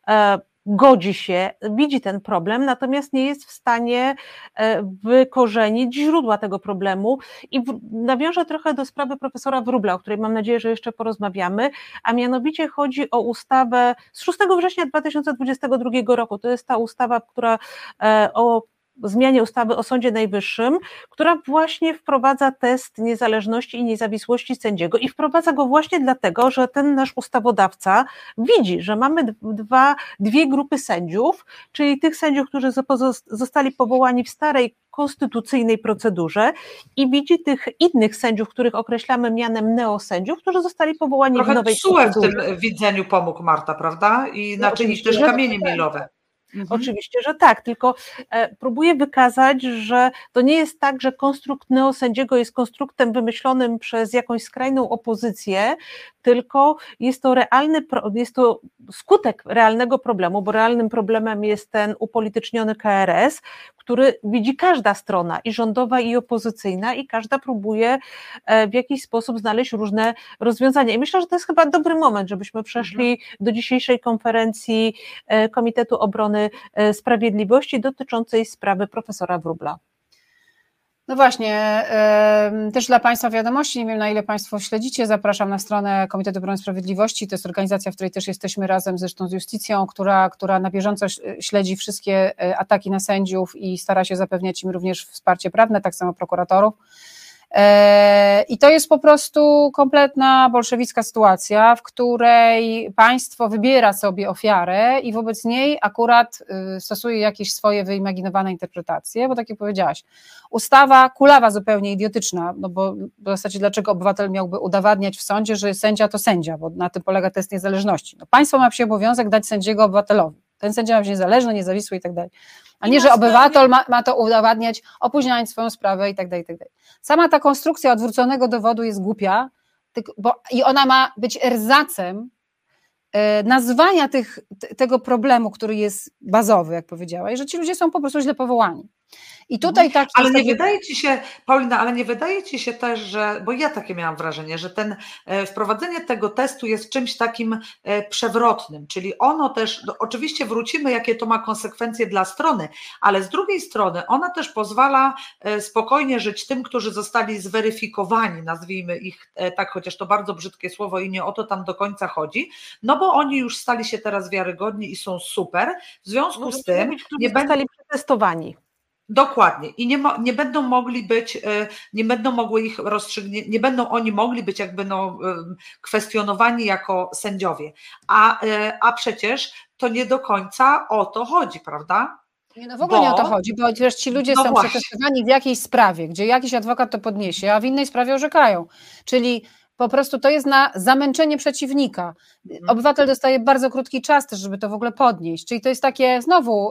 godzi się, widzi ten problem, natomiast nie jest w stanie wykorzenić źródła tego problemu i nawiążę trochę do sprawy profesora Wróbla, o której mam nadzieję, że jeszcze porozmawiamy, a mianowicie chodzi o ustawę z szóstego września dwa tysiące dwudziestego drugiego roku, to jest ta ustawa, która o zmianie ustawy o Sądzie Najwyższym, która właśnie wprowadza test niezależności i niezawisłości sędziego i wprowadza go właśnie dlatego, że ten nasz ustawodawca widzi, że mamy dwa, dwie grupy sędziów, czyli tych sędziów, którzy zostali powołani w starej konstytucyjnej procedurze i widzi tych innych sędziów, których określamy mianem neosędziów, którzy zostali powołani Trochę w nowej T S U E w procedurze. tym widzeniu pomógł, Marta, prawda? I naczynić też kamienie milowe. Mhm. Oczywiście, że tak, tylko e, próbuję wykazać, że to nie jest tak, że konstrukt neosędziego jest konstruktem wymyślonym przez jakąś skrajną opozycję, tylko jest to realny, jest to skutek realnego problemu, bo realnym problemem jest ten upolityczniony K R S, który widzi każda strona, i rządowa, i opozycyjna, i każda próbuje w jakiś sposób znaleźć różne rozwiązania. I myślę, że to jest chyba dobry moment, żebyśmy przeszli mhm. do dzisiejszej konferencji Komitetu Obrony Sprawiedliwości dotyczącej sprawy profesora Wróbla. No właśnie, też dla Państwa wiadomości, nie wiem na ile Państwo śledzicie, zapraszam na stronę Komitetu Obrony Sprawiedliwości, to jest organizacja, w której też jesteśmy razem zresztą z Justicją, która, która na bieżąco śledzi wszystkie ataki na sędziów i stara się zapewniać im również wsparcie prawne, tak samo prokuratorów. I to jest po prostu kompletna bolszewicka sytuacja, w której państwo wybiera sobie ofiarę i wobec niej akurat stosuje jakieś swoje wyimaginowane interpretacje, bo tak jak powiedziałaś, ustawa kulawa zupełnie idiotyczna, no bo w zasadzie dlaczego obywatel miałby udowadniać w sądzie, że sędzia to sędzia, bo na tym polega test niezależności. No państwo ma się obowiązek dać sędziego obywatelowi, ten sędzia ma być niezależny, niezawisły i tak dalej. A nie, że obywatel ma, ma to udowadniać, opóźniając swoją sprawę i tak dalej, i tak dalej. Sama ta konstrukcja odwróconego dowodu jest głupia, bo, i ona ma być erzacem e, nazwania tych, t, tego problemu, który jest bazowy, jak powiedziałaś, że ci ludzie są po prostu źle powołani. I tutaj taki Ale nie sobie... wydaje ci się, Paulina, ale nie wydaje ci się też, że, bo ja takie miałam wrażenie, że ten e, wprowadzenie tego testu jest czymś takim e, przewrotnym, czyli ono też, no, oczywiście wrócimy, jakie to ma konsekwencje dla strony, ale z drugiej strony ona też pozwala e, spokojnie żyć tym, którzy zostali zweryfikowani, nazwijmy ich e, tak, chociaż to bardzo brzydkie słowo i nie o to tam do końca chodzi, no bo oni już stali się teraz wiarygodni i są super, w związku Może z tym mówić, którzy nie będą... zostali przetestowani. Dokładnie. I nie, mo, nie będą mogli być, nie będą mogły ich rozstrzygnięć, nie będą oni mogli być jakby no, kwestionowani jako sędziowie. A, a przecież to nie do końca o to chodzi, prawda? Nie, no w ogóle Bo, nie o to chodzi, bo też ci ludzie no są właśnie. przetestowani w jakiejś sprawie, gdzie jakiś adwokat to podniesie, a w innej sprawie orzekają. Czyli po prostu to jest na zamęczenie przeciwnika. Obywatel dostaje bardzo krótki czas też, żeby to w ogóle podnieść. Czyli to jest takie znowu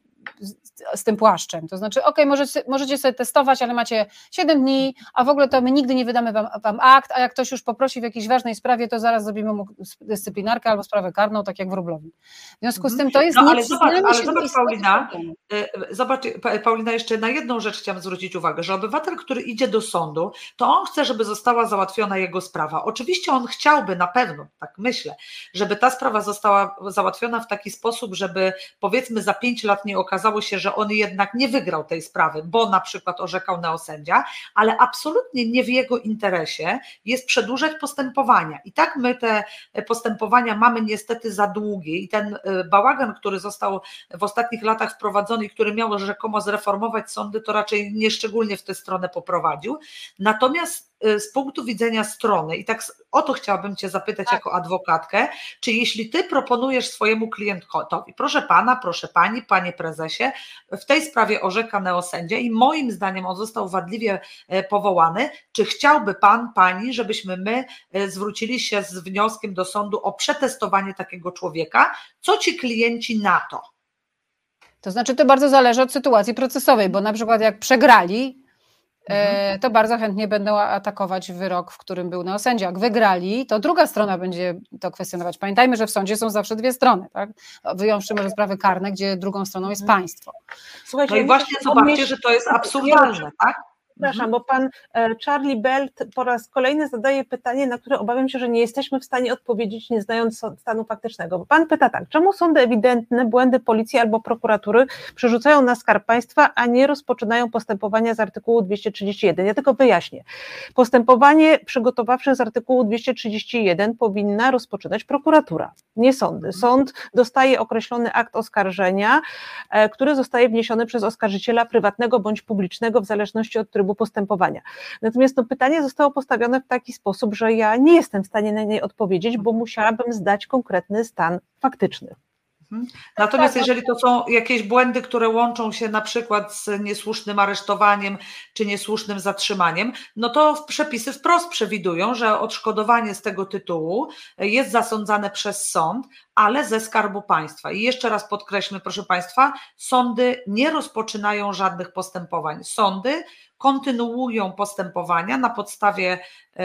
z, z tym płaszczem. To znaczy, ok, możecie, możecie sobie testować, ale macie siedem dni, a w ogóle to my nigdy nie wydamy wam, wam akt, a jak ktoś już poprosi w jakiejś ważnej sprawie, to zaraz zrobimy mu dyscyplinarkę albo sprawę karną, tak jak Wróblowi. W związku z tym to jest no, ale nieprzyznanie zobacz, ale się zobacz do Paulina, problemu. zobacz Paulina, jeszcze na jedną rzecz chciałam zwrócić uwagę, że obywatel, który idzie do sądu, to on chce, żeby została załatwiona jego sprawa. Oczywiście on chciałby na pewno, tak myślę, żeby ta sprawa została załatwiona w taki sposób, żeby powiedzmy za pięć lat nie okazało się, że on jednak nie wygrał tej sprawy, bo na przykład orzekał neosędzia, ale absolutnie nie w jego interesie jest przedłużać postępowania. I tak my te postępowania mamy niestety za długie i ten bałagan, który został w ostatnich latach wprowadzony i który miał rzekomo zreformować sądy, to raczej nieszczególnie w tę stronę poprowadził. Natomiast z punktu widzenia strony, i tak o to chciałabym Cię zapytać tak. jako adwokatkę, czy jeśli Ty proponujesz swojemu klientowi, proszę Pana, proszę Pani, Panie Prezesie, w tej sprawie orzeka neosędzia i moim zdaniem on został wadliwie powołany, czy chciałby Pan, Pani, żebyśmy my zwrócili się z wnioskiem do sądu o przetestowanie takiego człowieka? Co Ci klienci na to? To znaczy to bardzo zależy od sytuacji procesowej, bo na przykład jak przegrali, mhm. to bardzo chętnie będą atakować wyrok, w którym był neosędzia. Jak wygrali, to druga strona będzie to kwestionować. Pamiętajmy, że w sądzie są zawsze dwie strony, tak? Wyjąwszy może sprawy karne, gdzie drugą stroną jest państwo. Słuchajcie, no i właśnie zobaczcie, że to jest absurdalne, tak? Przepraszam, bo pan Charlie Belt po raz kolejny zadaje pytanie, na które obawiam się, że nie jesteśmy w stanie odpowiedzieć, nie znając stanu faktycznego. Bo pan pyta tak, czemu sądy ewidentne, błędy policji albo prokuratury przerzucają na Skarb Państwa, a nie rozpoczynają postępowania z artykułu dwieście trzydzieści jeden? Ja tylko wyjaśnię. Postępowanie przygotowawcze z artykułu dwieście trzydzieści jeden powinna rozpoczynać prokuratura, nie sądy. Sąd dostaje określony akt oskarżenia, który zostaje wniesiony przez oskarżyciela prywatnego bądź publicznego w zależności od trybu postępowania. Natomiast to pytanie zostało postawione w taki sposób, że ja nie jestem w stanie na nie odpowiedzieć, bo musiałabym zdać konkretny stan faktyczny. Natomiast jeżeli to są jakieś błędy, które łączą się na przykład z niesłusznym aresztowaniem czy niesłusznym zatrzymaniem, no to przepisy wprost przewidują, że odszkodowanie z tego tytułu jest zasądzane przez sąd, ale ze Skarbu Państwa. I jeszcze raz podkreślmy, proszę Państwa, sądy nie rozpoczynają żadnych postępowań. Sądy kontynuują postępowania na podstawie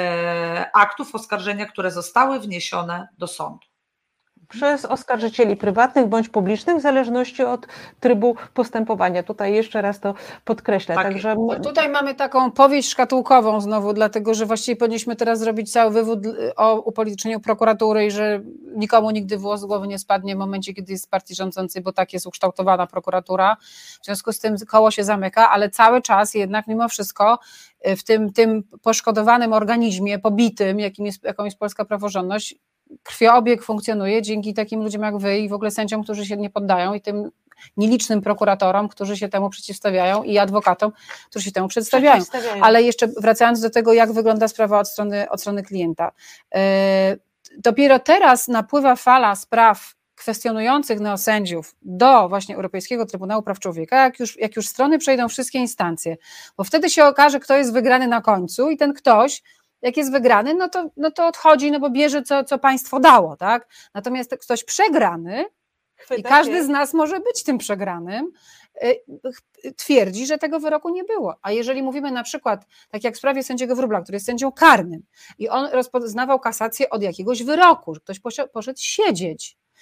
e, aktów oskarżenia, które zostały wniesione do sądu. Przez oskarżycieli prywatnych bądź publicznych w zależności od trybu postępowania. Tutaj jeszcze raz to podkreślę. Tak, Także... Tutaj mamy taką powieść szkatułkową znowu, dlatego że właściwie powinniśmy teraz zrobić cały wywód o upolitycznieniu prokuratury i że nikomu nigdy włos z głowy nie spadnie w momencie, kiedy jest z partii rządzącej, bo tak jest ukształtowana prokuratura. W związku z tym koło się zamyka, ale cały czas jednak mimo wszystko w tym, tym poszkodowanym organizmie, pobitym, jakim jest, jaką jest polska praworządność, krwiobieg funkcjonuje dzięki takim ludziom jak wy i w ogóle sędziom, którzy się nie poddają i tym nielicznym prokuratorom, którzy się temu przeciwstawiają i adwokatom, którzy się temu przedstawiają. Ale jeszcze wracając do tego, jak wygląda sprawa od strony, od strony klienta. Yy, dopiero teraz napływa fala spraw kwestionujących neosędziów do właśnie Europejskiego Trybunału Praw Człowieka, jak już, jak już strony przejdą wszystkie instancje, bo wtedy się okaże, kto jest wygrany na końcu i ten ktoś, jak jest wygrany, no to, no to odchodzi, no bo bierze, co, co państwo dało, tak? Natomiast ktoś przegrany, i każdy z nas może być tym przegranym, twierdzi, że tego wyroku nie było. A jeżeli mówimy na przykład, tak jak w sprawie sędziego Wróbla, który jest sędzią karnym i on rozpoznawał kasację od jakiegoś wyroku, że ktoś poszedł siedzieć,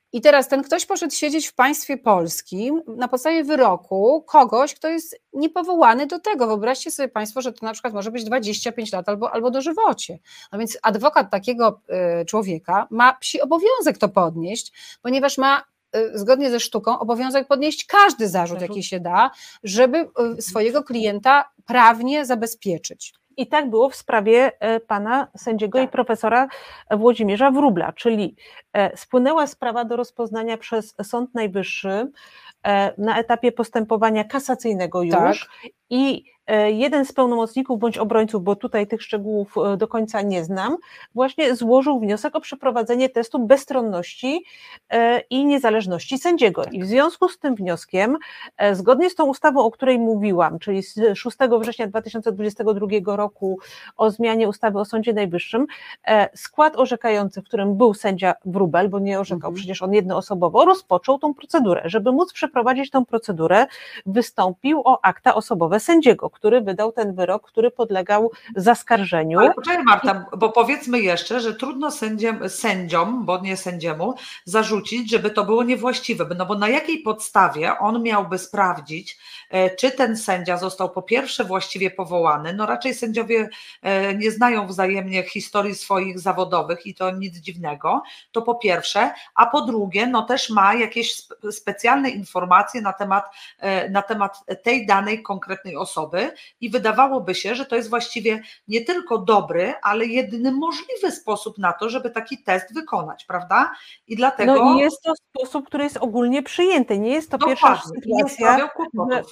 I teraz ten ktoś poszedł siedzieć w państwie polskim na podstawie wyroku kogoś, kto jest niepowołany do tego. Wyobraźcie sobie Państwo, że to na przykład może być dwadzieścia pięć lat albo, albo dożywocie. No więc adwokat takiego y, człowieka ma psi obowiązek to podnieść, ponieważ ma y, zgodnie ze sztuką obowiązek podnieść każdy zarzut, jaki się da, żeby y, swojego klienta prawnie zabezpieczyć. I tak było w sprawie pana sędziego tak. i profesora Włodzimierza Wróbla, czyli spłynęła sprawa do rozpoznania przez Sąd Najwyższy na etapie postępowania kasacyjnego już tak. i jeden z pełnomocników bądź obrońców, bo tutaj tych szczegółów do końca nie znam, właśnie złożył wniosek o przeprowadzenie testu bezstronności i niezależności sędziego. I w związku z tym wnioskiem, zgodnie z tą ustawą, o której mówiłam, czyli z szóstego września dwa tysiące dwudziestego drugiego roku o zmianie ustawy o Sądzie Najwyższym, skład orzekający, w którym był sędzia Wróbel, bo nie orzekał mhm. przecież on jednoosobowo, rozpoczął tą procedurę. Żeby móc przeprowadzić tą procedurę, wystąpił o akta osobowe sędziego, który wydał ten wyrok, który podlegał zaskarżeniu. Ale poczekaj Marta, bo powiedzmy jeszcze, że trudno sędziem, sędziom, bo nie sędziemu, zarzucić, żeby to było niewłaściwe, no bo na jakiej podstawie on miałby sprawdzić, czy ten sędzia został po pierwsze właściwie powołany, no raczej sędziowie nie znają wzajemnie historii swoich zawodowych i to nic dziwnego, to po pierwsze, a po drugie, no też ma jakieś specjalne informacje na temat, na temat tej danej konkretnej osoby i wydawałoby się, że to jest właściwie nie tylko dobry, ale jedyny możliwy sposób na to, żeby taki test wykonać, prawda? I dlatego... No i jest to sposób, który jest ogólnie przyjęty, nie jest to pierwsza sytuacja, że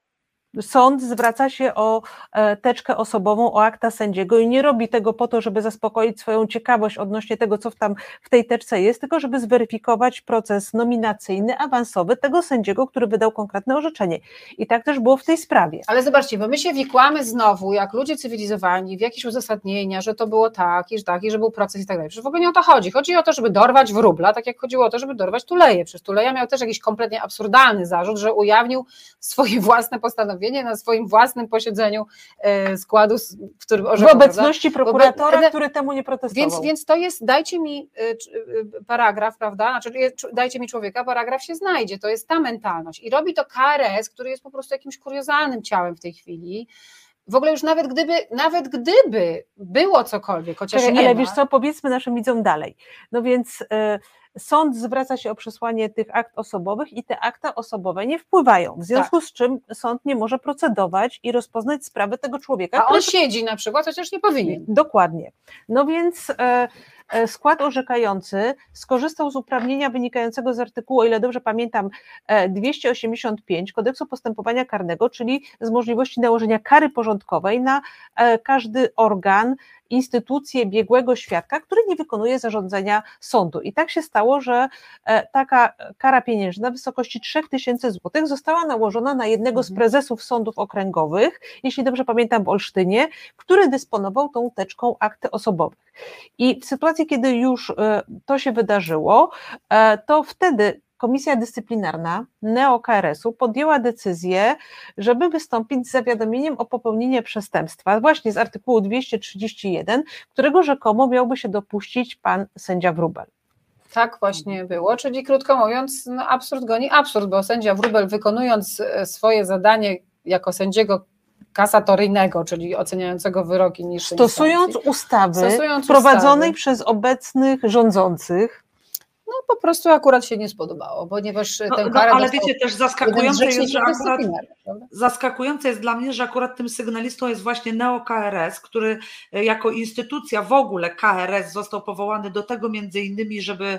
sąd zwraca się o teczkę osobową, o akta sędziego i nie robi tego po to, żeby zaspokoić swoją ciekawość odnośnie tego, co tam w tej teczce jest, tylko żeby zweryfikować proces nominacyjny, awansowy tego sędziego, który wydał konkretne orzeczenie. I tak też było w tej sprawie. Ale zobaczcie, bo my się wikłamy znowu, jak ludzie cywilizowani, w jakieś uzasadnienia, że to było tak, i że tak, i że był proces i tak dalej. Przecież w ogóle nie o to chodzi. Chodzi o to, żeby dorwać Wróbla, tak jak chodziło o to, żeby dorwać Tuleję. Przecież Tuleja miał też jakiś kompletnie absurdalny zarzut, że ujawnił swoje własne postanowienie na swoim własnym posiedzeniu składu, w którym orzekał. W obecności prawda? prokuratora, Bo, który temu nie protestował. Więc, więc to jest, dajcie mi paragraf, prawda, znaczy dajcie mi człowieka, paragraf się znajdzie, to jest ta mentalność i robi to K R S, który jest po prostu jakimś kuriozalnym ciałem w tej chwili. W ogóle już nawet gdyby, nawet gdyby było cokolwiek, chociaż Czekaj, nie ale ma. wiesz co, powiedzmy naszym widzom dalej. No więc y, sąd zwraca się o przesłanie tych akt osobowych i te akta osobowe nie wpływają, w związku tak. z czym sąd nie może procedować i rozpoznać sprawy tego człowieka. A on który... siedzi na przykład, chociaż nie powinien. Dokładnie. No więc... Y, skład orzekający skorzystał z uprawnienia wynikającego z artykułu, o ile dobrze pamiętam, dwieście osiemdziesiąt pięć Kodeksu Postępowania Karnego, czyli z możliwości nałożenia kary porządkowej na każdy organ, instytucję biegłego świadka, który nie wykonuje zarządzenia sądu. I tak się stało, że taka kara pieniężna w wysokości trzy tysiące złotych została nałożona na jednego z prezesów sądów okręgowych, jeśli dobrze pamiętam w Olsztynie, który dysponował tą teczką akt osobowych. I w sytuacji, kiedy już to się wydarzyło, to wtedy Komisja Dyscyplinarna neo-K R S u podjęła decyzję, żeby wystąpić z zawiadomieniem o popełnienie przestępstwa właśnie z artykułu dwieście trzydzieści jeden, którego rzekomo miałby się dopuścić pan sędzia Wróbel. Tak właśnie było, czyli krótko mówiąc, no absurd goni absurd, bo sędzia Wróbel, wykonując swoje zadanie jako sędziego kasatoryjnego, czyli oceniającego wyroki niższej Stosując instancji, ustawy stosując wprowadzonej ustawy, przez obecnych rządzących, no po prostu akurat się nie spodobało, ponieważ no, tę karę no, ale wiecie, też zaskakujące jest, że akurat, prawda? zaskakujące jest dla mnie, że akurat tym sygnalistą jest właśnie neo-K R S, który jako instytucja w ogóle K R S został powołany do tego między innymi, żeby,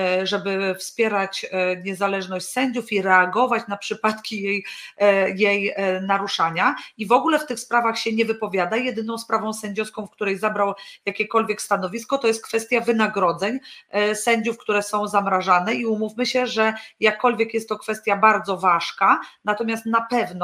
żeby wspierać niezależność sędziów i reagować na przypadki jej, jej naruszania i w ogóle w tych sprawach się nie wypowiada. Jedyną sprawą sędziowską, w której zabrał jakiekolwiek stanowisko, to jest kwestia wynagrodzeń sędziów, które są zamrażane i umówmy się, że jakkolwiek jest to kwestia bardzo ważka, natomiast na pewno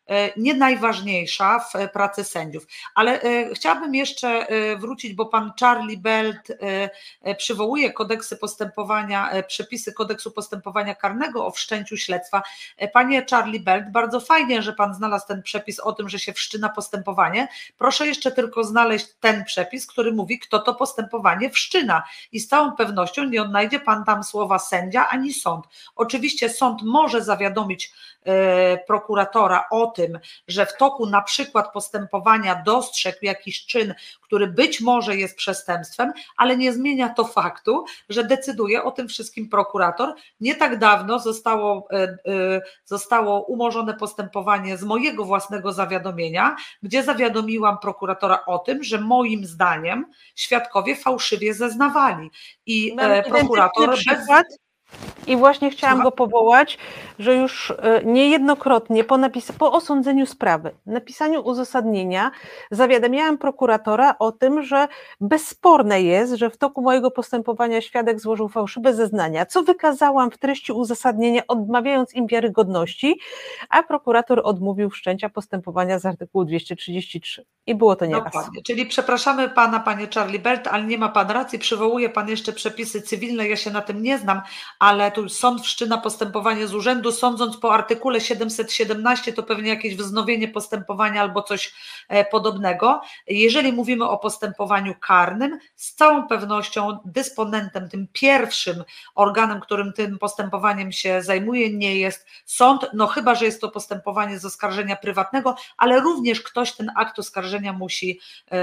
nie najważniejsza w pracy sędziów. Ale chciałabym jeszcze wrócić, bo pan Charlie Belt przywołuje kodeksy postępowania, przepisy kodeksu postępowania karnego o wszczęciu śledztwa. Panie Charlie Belt, bardzo fajnie, że pan znalazł ten przepis o tym, że się wszczyna postępowanie. Proszę jeszcze tylko znaleźć ten przepis, który mówi, kto to postępowanie wszczyna. I z całą pewnością nie odnajdzie pan tam słowa sędzia ani sąd. Oczywiście sąd może zawiadomić prokuratora o tym, że w toku na przykład postępowania dostrzegł jakiś czyn, który być może jest przestępstwem, ale nie zmienia to faktu, że decyduje o tym wszystkim prokurator. Nie tak dawno zostało, zostało umorzone postępowanie z mojego własnego zawiadomienia, gdzie zawiadomiłam prokuratora o tym, że moim zdaniem świadkowie fałszywie zeznawali i Mam prokurator bez... przykład. I właśnie chciałam Słucham? go powołać, że już niejednokrotnie po, napis- po osądzeniu sprawy, napisaniu uzasadnienia zawiadamiałam prokuratora o tym, że bezsporne jest, że w toku mojego postępowania świadek złożył fałszywe zeznania, co wykazałam w treści uzasadnienia, odmawiając im wiarygodności, a prokurator odmówił wszczęcia postępowania z artykułu dwieście trzydzieści trzy. I było to nieraz. Dokładnie. Czyli przepraszamy pana, panie Charlie Belt, ale nie ma pan racji, przywołuje pan jeszcze przepisy cywilne, ja się na tym nie znam, ale tu sąd wszczyna postępowanie z urzędu, sądząc po artykule siedemset siedemnaście, to pewnie jakieś wznowienie postępowania albo coś podobnego. Jeżeli mówimy o postępowaniu karnym, z całą pewnością dysponentem, tym pierwszym organem, którym tym postępowaniem się zajmuje, nie jest sąd, no chyba że jest to postępowanie z oskarżenia prywatnego, ale również ktoś ten akt oskarżenia musi e,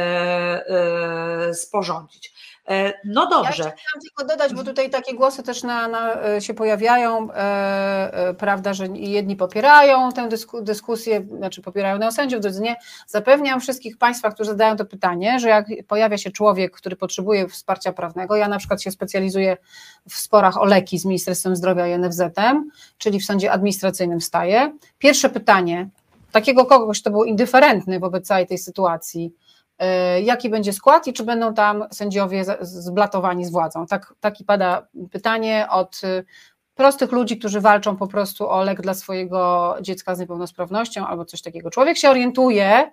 e, sporządzić. No dobrze. Ja chciałam tylko dodać, bo tutaj takie głosy też na, na, się pojawiają, e, e, prawda, że jedni popierają tę dysku, dyskusję, znaczy popierają neosędziów, drudzy nie. Zapewniam wszystkich Państwa, którzy zadają to pytanie, że jak pojawia się człowiek, który potrzebuje wsparcia prawnego, ja na przykład się specjalizuję w sporach o leki z Ministerstwem Zdrowia i N F Z-em, czyli w sądzie administracyjnym staję. Pierwsze pytanie, takiego kogoś, kto był indyferentny wobec całej tej sytuacji, jaki będzie skład i czy będą tam sędziowie zblatowani z władzą. Tak, taki pada pytanie od prostych ludzi, którzy walczą po prostu o lek dla swojego dziecka z niepełnosprawnością albo coś takiego. Człowiek się orientuje,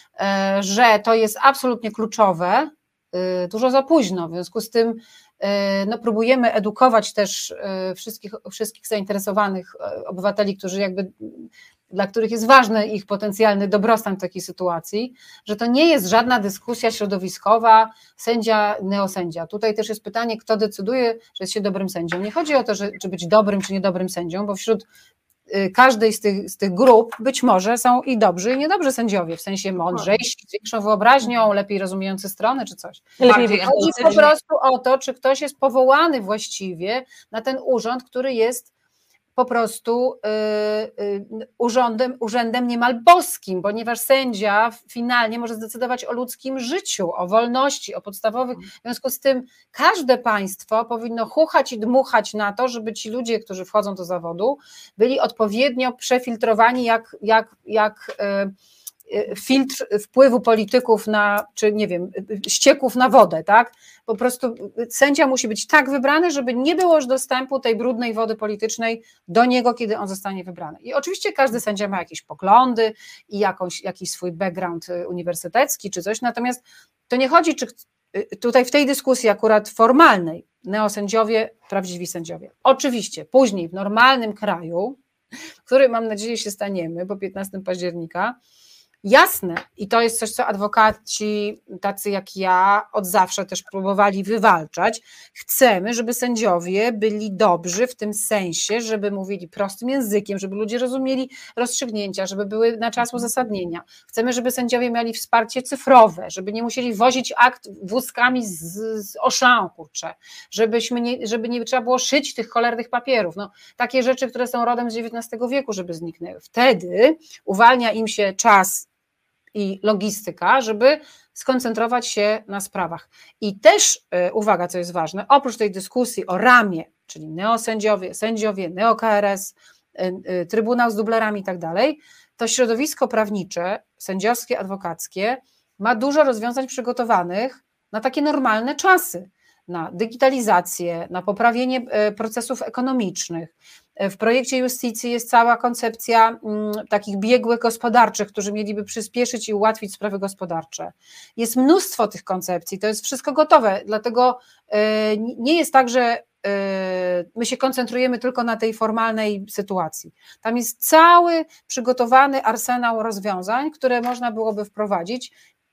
że to jest absolutnie kluczowe, dużo za późno, w związku z tym no, próbujemy edukować też wszystkich, wszystkich zainteresowanych obywateli, którzy jakby dla których jest ważny ich potencjalny dobrostan w takiej sytuacji, że to nie jest żadna dyskusja środowiskowa, sędzia, neosędzia. Tutaj też jest pytanie, kto decyduje, że jest się dobrym sędzią. Nie chodzi o to, że, czy być dobrym, czy niedobrym sędzią, bo wśród każdej z tych, z tych grup być może są i dobrzy, i niedobrzy sędziowie, w sensie mądrzejsi, z większą wyobraźnią, lepiej rozumiejący strony, czy coś. Bardziej Chodzi po prostu o to, czy ktoś jest powołany właściwie na ten urząd, który jest po prostu y, y, urządem, urzędem niemal boskim, ponieważ sędzia finalnie może zdecydować o ludzkim życiu, o wolności, o podstawowych, w związku z tym każde państwo powinno chuchać i dmuchać na to, żeby ci ludzie, którzy wchodzą do zawodu, byli odpowiednio przefiltrowani jak, jak, jak y, filtr wpływu polityków na, czy nie wiem, ścieków na wodę, tak? Po prostu sędzia musi być tak wybrany, żeby nie było już dostępu tej brudnej wody politycznej do niego, kiedy on zostanie wybrany. I oczywiście każdy sędzia ma jakieś poglądy i jakąś, jakiś swój background uniwersytecki czy coś, natomiast to nie chodzi, czy tutaj w tej dyskusji akurat formalnej, neosędziowie, prawdziwi sędziowie. Oczywiście później w normalnym kraju, w którym mam nadzieję się staniemy, po piętnastego października, jasne, i to jest coś, co adwokaci tacy jak ja od zawsze też próbowali wywalczać, chcemy, żeby sędziowie byli dobrzy w tym sensie, żeby mówili prostym językiem, żeby ludzie rozumieli rozstrzygnięcia, żeby były na czas uzasadnienia. Chcemy, żeby sędziowie mieli wsparcie cyfrowe, żeby nie musieli wozić akt wózkami z, z Auchan, kurczę, żebyśmy nie, żeby nie trzeba było szyć tych cholernych papierów. No, takie rzeczy, które są rodem z dziewiętnastego wieku, żeby zniknęły. Wtedy uwalnia im się czas i logistyka, żeby skoncentrować się na sprawach. I też, uwaga, co jest ważne, oprócz tej dyskusji o ramie, czyli neosędziowie, sędziowie, neo-K R S, Trybunał z dublerami i tak dalej, to środowisko prawnicze, sędziowskie, adwokackie ma dużo rozwiązań przygotowanych na takie normalne czasy. na digitalizację, na poprawienie procesów ekonomicznych. W projekcie Justicji jest cała koncepcja m, takich biegłych gospodarczych, którzy mieliby przyspieszyć i ułatwić sprawy gospodarcze. Jest mnóstwo tych koncepcji, to jest wszystko gotowe, dlatego y, nie jest tak, że y, my się koncentrujemy tylko na tej formalnej sytuacji. Tam jest cały przygotowany arsenał rozwiązań, które można byłoby wprowadzić.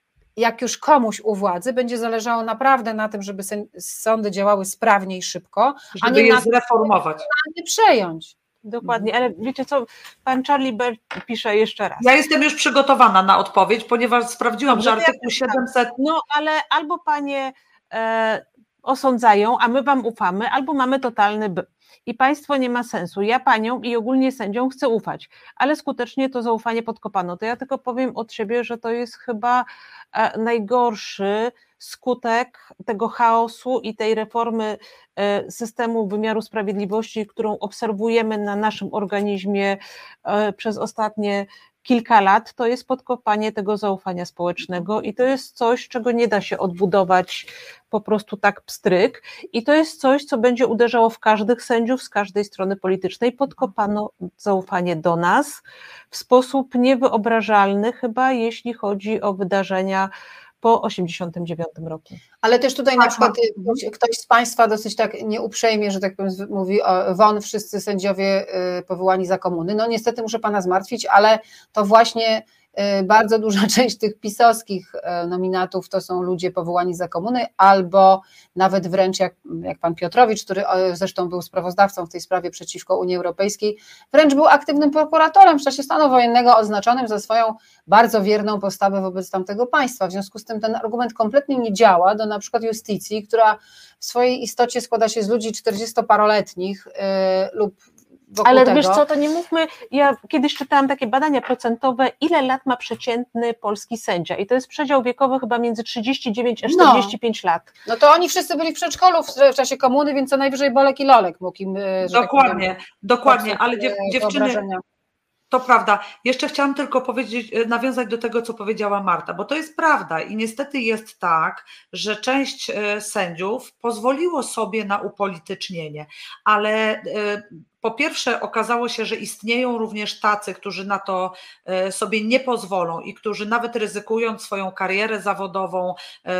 Jak już komuś u władzy będzie zależało naprawdę na tym, żeby sądy działały sprawnie i szybko, żeby a nie je na zreformować. nie przejąć. Dokładnie, ale wiecie co, pan Charlie Bell pisze jeszcze raz. Ja jestem już przygotowana na odpowiedź, ponieważ sprawdziłam, Dobrze, że to artykuł ja- siedemset... No ale albo panie e, osądzają, a my wam ufamy, albo mamy totalny B. I państwo nie ma sensu. Ja paniom i ogólnie sędziom chcę ufać, ale skutecznie to zaufanie podkopano. To ja tylko powiem od siebie, że to jest chyba e, najgorszy skutek tego chaosu i tej reformy e, systemu wymiaru sprawiedliwości, którą obserwujemy na naszym organizmie e, przez ostatnie kilka lat, to jest podkopanie tego zaufania społecznego i to jest coś, czego nie da się odbudować po prostu tak pstryk i to jest coś, co będzie uderzało w każdych sędziów z każdej strony politycznej. Podkopano zaufanie do nas w sposób niewyobrażalny chyba, jeśli chodzi o wydarzenia po osiemdziesiątym dziewiątym roku. Ale też tutaj Tak, na przykład tak. ktoś, ktoś z Państwa dosyć tak nieuprzejmie, że tak powiem, mówi o, won wszyscy sędziowie y, powołani za komuny. No niestety muszę Pana zmartwić, ale to właśnie y, bardzo duża część tych pisowskich y, nominatów to są ludzie powołani za komuny, albo nawet wręcz jak, jak Pan Piotrowicz, który y, zresztą był sprawozdawcą w tej sprawie przeciwko Unii Europejskiej, wręcz był aktywnym prokuratorem w czasie stanu wojennego oznaczonym za swoją bardzo wierną postawę wobec tamtego państwa. W związku z tym ten argument kompletnie nie działa do na przykład Justicji, która w swojej istocie składa się z ludzi czterdziestoparoletnich yy, lub wokół Ale tego. wiesz co, to nie mówmy, ja kiedyś czytałam takie badania procentowe, ile lat ma przeciętny polski sędzia i to jest przedział wiekowy chyba między trzydzieści dziewięć a czterdzieści pięć no. lat. No to oni wszyscy byli w przedszkolu w, w czasie komuny, więc co najwyżej Bolek i Lolek mógł im, że Dokładnie, tak powiem, dokładnie, ale dziew, dziewczyny... wyobrażenia. To prawda. Jeszcze chciałam tylko powiedzieć, nawiązać do tego, co powiedziała Marta, bo to jest prawda i niestety jest tak, że część sędziów pozwoliło sobie na upolitycznienie, ale po pierwsze okazało się, że istnieją również tacy, którzy na to sobie nie pozwolą i którzy nawet ryzykując swoją karierę zawodową,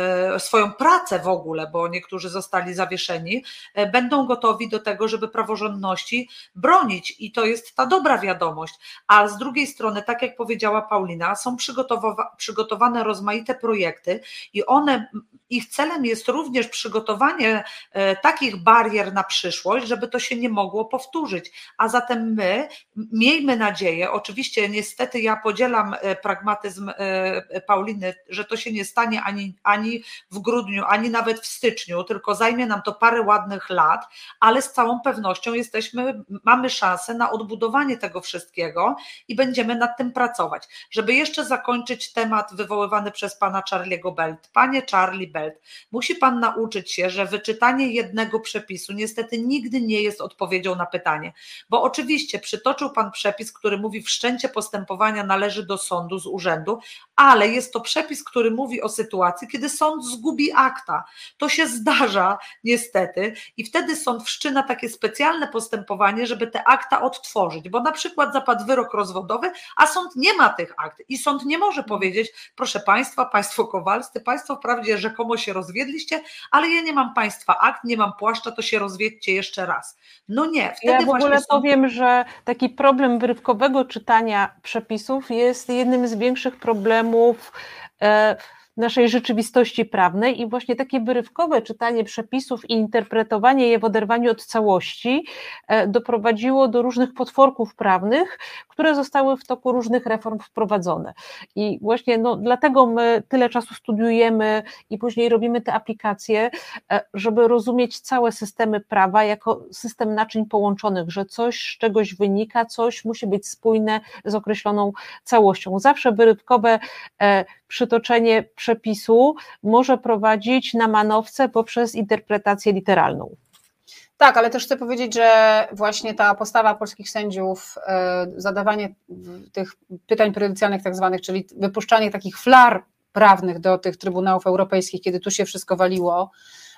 swoją pracę w ogóle, bo niektórzy zostali zawieszeni, będą gotowi do tego, żeby praworządności bronić i to jest ta dobra wiadomość. A z drugiej strony, tak jak powiedziała Paulina, są przygotowa- przygotowane rozmaite projekty i one, ich celem jest również przygotowanie e, takich barier na przyszłość, żeby to się nie mogło powtórzyć. A zatem my miejmy nadzieję, oczywiście niestety ja podzielam pragmatyzm e, Pauliny, że to się nie stanie ani, ani w grudniu, ani nawet w styczniu, tylko zajmie nam to parę ładnych lat, ale z całą pewnością jesteśmy, mamy szansę na odbudowanie tego wszystkiego i będziemy nad tym pracować. Żeby jeszcze zakończyć temat wywoływany przez pana Charlie'ego Belt. Panie Charlie Belt, musi pan nauczyć się, że wyczytanie jednego przepisu niestety nigdy nie jest odpowiedzią na pytanie, bo oczywiście przytoczył pan przepis, który mówi wszczęcie postępowania należy do sądu z urzędu, ale jest to przepis, który mówi o sytuacji, kiedy sąd zgubi akta. To się zdarza niestety i wtedy sąd wszczyna takie specjalne postępowanie, żeby te akta odtworzyć, bo na przykład zapadł wyrok rozwodowy, a sąd nie ma tych akt i sąd nie może powiedzieć, proszę państwa, państwo Kowalscy, państwo wprawdzie rzekomo się rozwiedliście, ale ja nie mam państwa akt, nie mam płaszcza, to się rozwiedźcie jeszcze raz. No nie, wtedy Ja w ogóle właśnie sąd... powiem, że taki problem wyrywkowego czytania przepisów jest jednym z większych problemów e, naszej rzeczywistości prawnej i właśnie takie wyrywkowe czytanie przepisów i interpretowanie je w oderwaniu od całości doprowadziło do różnych potworków prawnych, które zostały w toku różnych reform wprowadzone. I właśnie no, dlatego my tyle czasu studiujemy i później robimy te aplikacje, żeby rozumieć całe systemy prawa jako system naczyń połączonych, że coś z czegoś wynika, coś musi być spójne z określoną całością. Zawsze wyrywkowe przytoczenie przepisu może prowadzić na manowce poprzez interpretację literalną. Tak, ale też chcę powiedzieć, że właśnie ta postawa polskich sędziów, zadawanie tych pytań prejudycjalnych tak zwanych, czyli wypuszczanie takich flar prawnych do tych trybunałów europejskich, kiedy tu się wszystko waliło,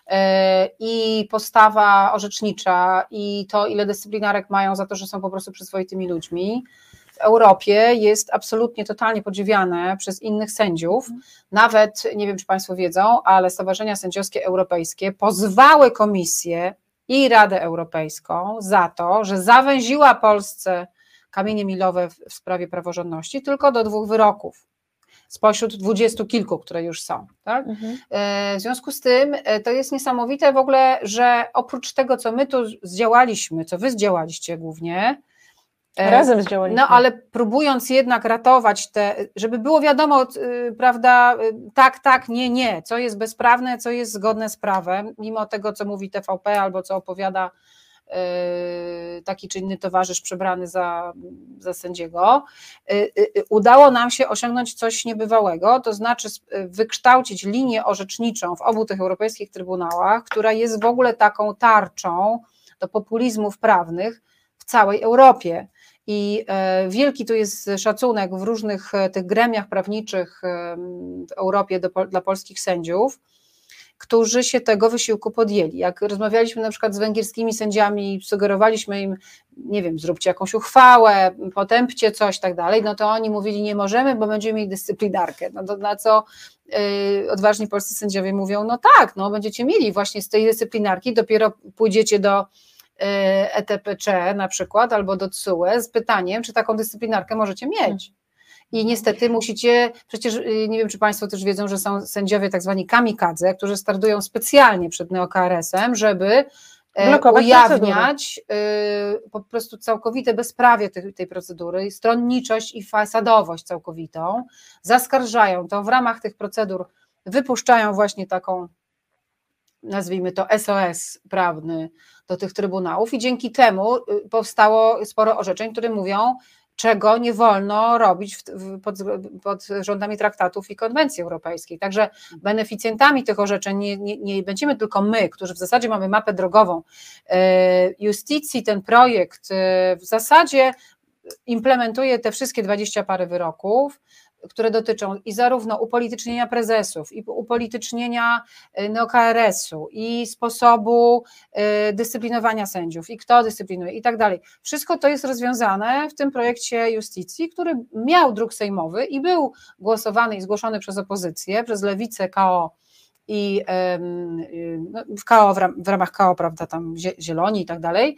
i postawa orzecznicza i to, ile dyscyplinarek mają za to, że są po prostu przyzwoitymi ludźmi, w Europie jest absolutnie, totalnie podziwiane przez innych sędziów. Nawet, nie wiem czy Państwo wiedzą, ale stowarzyszenia sędziowskie europejskie pozwały Komisję i Radę Europejską za to, że zawęziła Polsce kamienie milowe w sprawie praworządności tylko do dwóch wyroków spośród dwudziestu kilku, które już są. Tak? Mhm. W związku z tym to jest niesamowite w ogóle, że oprócz tego, co my tu zdziałaliśmy, co wy zdziałaliście głównie, razem zdziałaliśmy. No ale próbując jednak ratować te, żeby było wiadomo, prawda, tak, tak, nie, nie, co jest bezprawne, co jest zgodne z prawem, mimo tego, co mówi T V P albo co opowiada taki czy inny towarzysz przebrany za, za sędziego, udało nam się osiągnąć coś niebywałego, to znaczy wykształcić linię orzeczniczą w obu tych europejskich trybunałach, która jest w ogóle taką tarczą do populizmów prawnych w całej Europie. I wielki tu jest szacunek w różnych tych gremiach prawniczych w Europie do, dla polskich sędziów, którzy się tego wysiłku podjęli. Jak rozmawialiśmy na przykład z węgierskimi sędziami, sugerowaliśmy im, nie wiem, zróbcie jakąś uchwałę, potępcie coś, tak dalej, no to oni mówili, nie możemy, bo będziemy mieli dyscyplinarkę. No to na co yy, odważni polscy sędziowie mówią, no tak, no będziecie mieli właśnie z tej dyscyplinarki, dopiero pójdziecie do E T P C na przykład, albo do T S U E z pytaniem, czy taką dyscyplinarkę możecie mieć. I niestety musicie, przecież nie wiem, czy Państwo też wiedzą, że są sędziowie tak zwani kamikadze, którzy startują specjalnie przed neo-K R S-em, żeby blokować ujawniać procedury. Po prostu całkowite bezprawie tej, tej procedury, stronniczość i fasadowość całkowitą, zaskarżają to w ramach tych procedur, wypuszczają właśnie taką, nazwijmy to S O S prawny do tych trybunałów i dzięki temu powstało sporo orzeczeń, które mówią, czego nie wolno robić w, w, pod, pod rządami traktatów i konwencji europejskiej. Także beneficjentami tych orzeczeń nie, nie, nie będziemy tylko my, którzy w zasadzie mamy mapę drogową. Justicji ten projekt w zasadzie implementuje te wszystkie dwadzieścia parę wyroków, które dotyczą i zarówno upolitycznienia prezesów, i upolitycznienia neo-K R S-u, i sposobu dyscyplinowania sędziów, i kto dyscyplinuje, i tak dalej. Wszystko to jest rozwiązane w tym projekcie Justicji, który miał druk sejmowy i był głosowany i zgłoszony przez opozycję, przez Lewicę, K O i no, w K O, w ramach K O, prawda, tam Zieloni i tak dalej.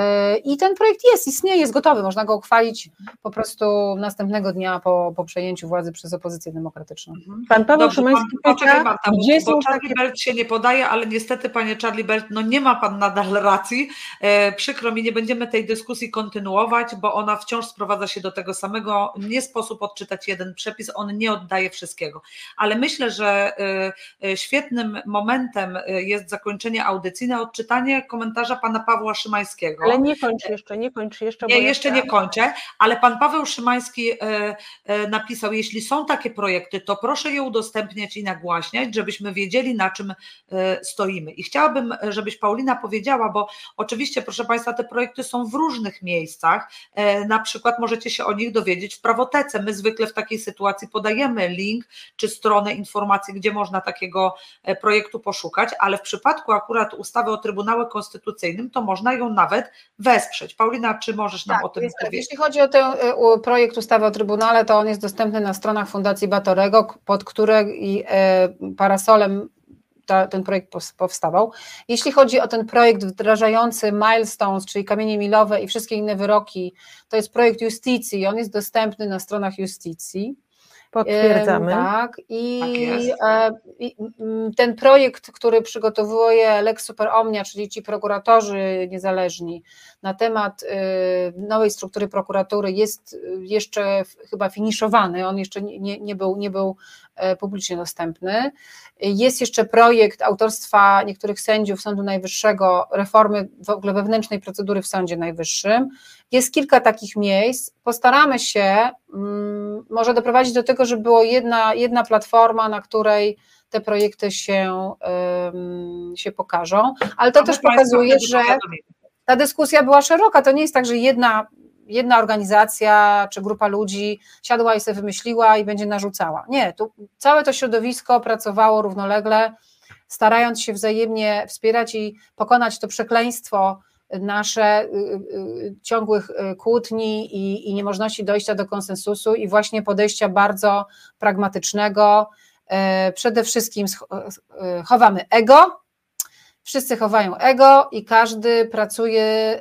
I ten projekt jest, istnieje, jest gotowy, można go uchwalić po prostu następnego dnia po, po przejęciu władzy przez opozycję demokratyczną. Pan Paweł Szymański pyta, gdzie są Charlie takie... Belt się nie podaje, ale niestety, panie Charlie Belt, no nie ma pan nadal racji. E, przykro mi, nie będziemy tej dyskusji kontynuować, bo ona wciąż sprowadza się do tego samego. Nie sposób odczytać jeden przepis, on nie oddaje wszystkiego. Ale myślę, że e, świetnym momentem jest zakończenie audycji na odczytanie komentarza pana Pawła Szymańskiego. Ale nie kończ jeszcze, nie kończ jeszcze. Nie, jeszcze nie kończę, ale pan Paweł Szymański napisał, jeśli są takie projekty, to proszę je udostępniać i nagłaśniać, żebyśmy wiedzieli, na czym stoimy. I chciałabym, żebyś Paulina powiedziała, bo oczywiście, proszę państwa, te projekty są w różnych miejscach, na przykład możecie się o nich dowiedzieć w prawotece. My zwykle w takiej sytuacji podajemy link czy stronę informacji, gdzie można takiego projektu poszukać, ale w przypadku akurat ustawy o Trybunale Konstytucyjnym, to można ją nawet wesprzeć. Paulina, czy możesz nam tak, o tym jest, powiedzieć? Jeśli chodzi o ten projekt ustawy o Trybunale, to on jest dostępny na stronach Fundacji Batorego, pod której parasolem ta, ten projekt powstawał. Jeśli chodzi o ten projekt wdrażający milestones, czyli kamienie milowe i wszystkie inne wyroki, to jest projekt Justicji, on jest dostępny na stronach Justicji. Potwierdzamy. Tak, i, tak i ten projekt, który przygotowuje Lex Super Omnia, czyli ci prokuratorzy niezależni na temat nowej struktury prokuratury, jest jeszcze chyba finiszowany, on jeszcze nie, nie, był, nie był publicznie dostępny. Jest jeszcze projekt autorstwa niektórych sędziów Sądu Najwyższego, reformy w ogóle wewnętrznej procedury w Sądzie Najwyższym. Jest kilka takich miejsc. Postaramy się um, może doprowadzić do tego, żeby była jedna, jedna platforma, na której te projekty się, um, się pokażą, ale to też pokazuje, że ta dyskusja była szeroka. To nie jest tak, że jedna jedna organizacja czy grupa ludzi siadła i sobie wymyśliła i będzie narzucała. Nie, tu całe to środowisko pracowało równolegle starając się wzajemnie wspierać i pokonać to przekleństwo nasze ciągłych kłótni i, i niemożności dojścia do konsensusu i właśnie podejścia bardzo pragmatycznego. Przede wszystkim chowamy ego, wszyscy chowają ego i każdy pracuje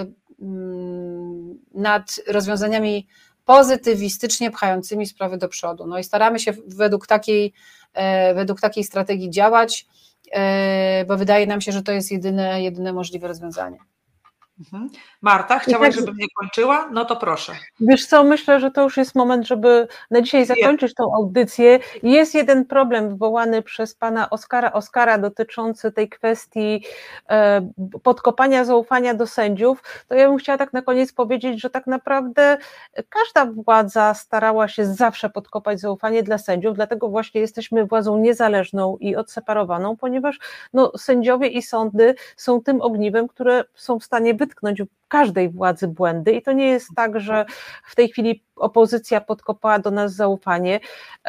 nad rozwiązaniami pozytywistycznie pchającymi sprawy do przodu. No i staramy się według takiej, według takiej strategii działać, bo wydaje nam się, że to jest jedyne, jedyne możliwe rozwiązanie. Mhm. Marta, chciałaś, żebym nie kończyła? No to proszę. Wiesz co, myślę, że to już jest moment, żeby na dzisiaj zakończyć tą audycję. Jest jeden problem wywołany przez pana Oskara Oskara dotyczący tej kwestii e, podkopania zaufania do sędziów. To ja bym chciała tak na koniec powiedzieć, że tak naprawdę każda władza starała się zawsze podkopać zaufanie dla sędziów, dlatego właśnie jesteśmy władzą niezależną i odseparowaną, ponieważ no, sędziowie i sądy są tym ogniwem, które są w stanie wytknąć każdej władzy błędy i to nie jest tak, że w tej chwili opozycja podkopała do nas zaufanie.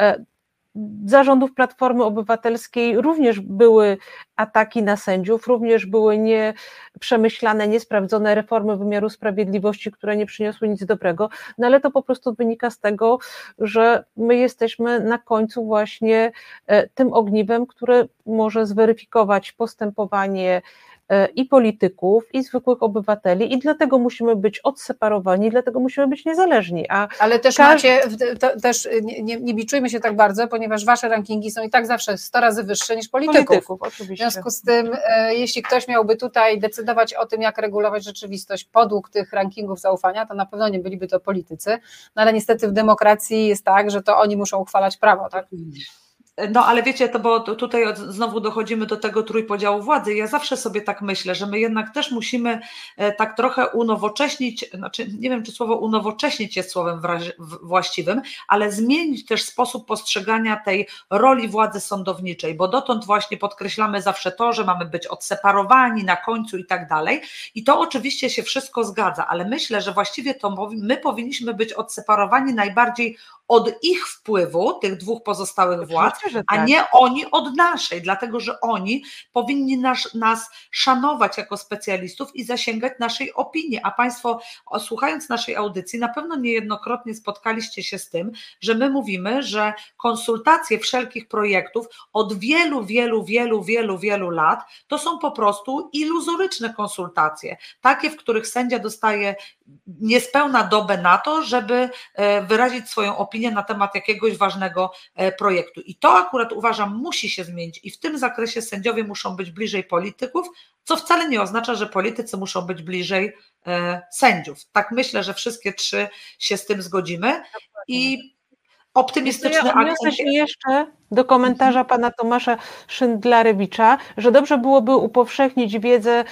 Za rządów Platformy Obywatelskiej również były ataki na sędziów, również były nieprzemyślane, niesprawdzone reformy wymiaru sprawiedliwości, które nie przyniosły nic dobrego, no ale to po prostu wynika z tego, że my jesteśmy na końcu właśnie tym ogniwem, które może zweryfikować postępowanie i polityków, i zwykłych obywateli i dlatego musimy być odseparowani, dlatego musimy być niezależni. A Ale też każdy... macie, to, też nie, nie, nie biczujmy się tak bardzo, ponieważ wasze rankingi są i tak zawsze sto razy wyższe niż polityków. polityków oczywiście. W związku z tym, e, jeśli ktoś miałby tutaj decydować o tym, jak regulować rzeczywistość podług tych rankingów zaufania, to na pewno nie byliby to politycy, no ale niestety w demokracji jest tak, że to oni muszą uchwalać prawo, tak? No ale wiecie, to bo tutaj znowu dochodzimy do tego trójpodziału władzy. Ja zawsze sobie tak myślę, że my jednak też musimy tak trochę unowocześnić, znaczy nie wiem, czy słowo unowocześnić jest słowem właściwym, ale zmienić też sposób postrzegania tej roli władzy sądowniczej, bo dotąd właśnie podkreślamy zawsze to, że mamy być odseparowani na końcu i tak dalej. I to oczywiście się wszystko zgadza, ale myślę, że właściwie to my powinniśmy być odseparowani najbardziej od ich wpływu, tych dwóch pozostałych władz, a nie oni od naszej, dlatego że oni powinni nas, nas szanować jako specjalistów i zasięgać naszej opinii, a Państwo słuchając naszej audycji na pewno niejednokrotnie spotkaliście się z tym, że my mówimy, że konsultacje wszelkich projektów od wielu, wielu, wielu, wielu, wielu lat to są po prostu iluzoryczne konsultacje, takie, w których sędzia dostaje niespełna dobę na to, żeby wyrazić swoją opinię na temat jakiegoś ważnego projektu. I to akurat uważam musi się zmienić i w tym zakresie sędziowie muszą być bliżej polityków, co wcale nie oznacza, że politycy muszą być bliżej sędziów. Tak myślę, że wszystkie trzy się z tym zgodzimy i optymistyczny ja akcent. się jeszcze do komentarza pana Tomasza Szyndlarewicza, że dobrze byłoby upowszechnić wiedzę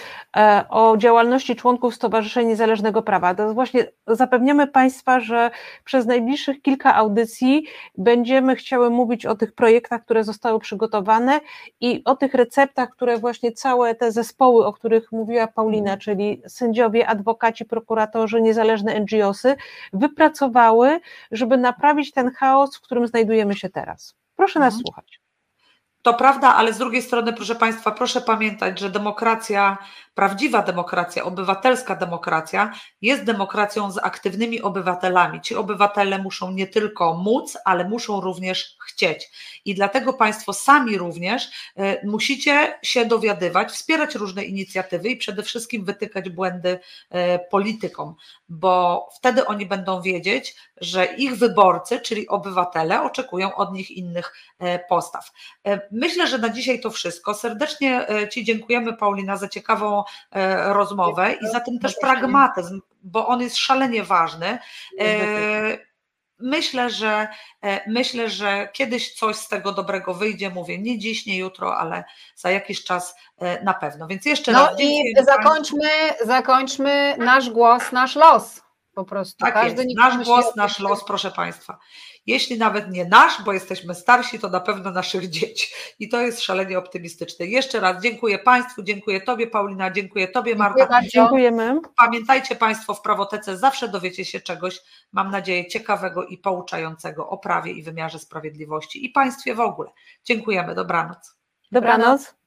o działalności członków Stowarzyszeń Niezależnego Prawa. To właśnie zapewniamy Państwa, że przez najbliższych kilka audycji będziemy chciały mówić o tych projektach, które zostały przygotowane i o tych receptach, które właśnie całe te zespoły, o których mówiła Paulina, czyli sędziowie, adwokaci, prokuratorzy, niezależne N G O sy, wypracowały, żeby naprawić ten chaos, w którym znajdujemy się teraz. Proszę nas słuchać. To prawda, ale z drugiej strony, proszę Państwa, proszę pamiętać, że demokracja, prawdziwa demokracja, obywatelska demokracja jest demokracją z aktywnymi obywatelami. Ci obywatele muszą nie tylko móc, ale muszą również chcieć. I dlatego Państwo sami również musicie się dowiadywać, wspierać różne inicjatywy i przede wszystkim wytykać błędy politykom, bo wtedy oni będą wiedzieć, że ich wyborcy, czyli obywatele, oczekują od nich innych postaw. Myślę, że na dzisiaj to wszystko. Serdecznie Ci dziękujemy, Paulina, za ciekawą rozmowę i za ten też pragmatyzm, bo on jest szalenie ważny. Myślę, że myślę, że kiedyś coś z tego dobrego wyjdzie, mówię, nie dziś, nie jutro, ale za jakiś czas na pewno. Więc jeszcze no raz. No i zakończmy, zakończmy nasz głos, nasz los. Po prostu. Tak Każdy jest, nasz głos, nasz los, proszę Państwa. Jeśli nawet nie nasz, bo jesteśmy starsi, to na pewno naszych dzieci. I to jest szalenie optymistyczne. Jeszcze raz dziękuję Państwu, dziękuję Tobie, Paulina, dziękuję Tobie, Marta. Dziękuję Dziękujemy. Pamiętajcie Państwo, w Prawotece zawsze dowiecie się czegoś, mam nadzieję, ciekawego i pouczającego o prawie i wymiarze sprawiedliwości i państwie w ogóle. Dziękujemy, dobranoc. Dobranoc.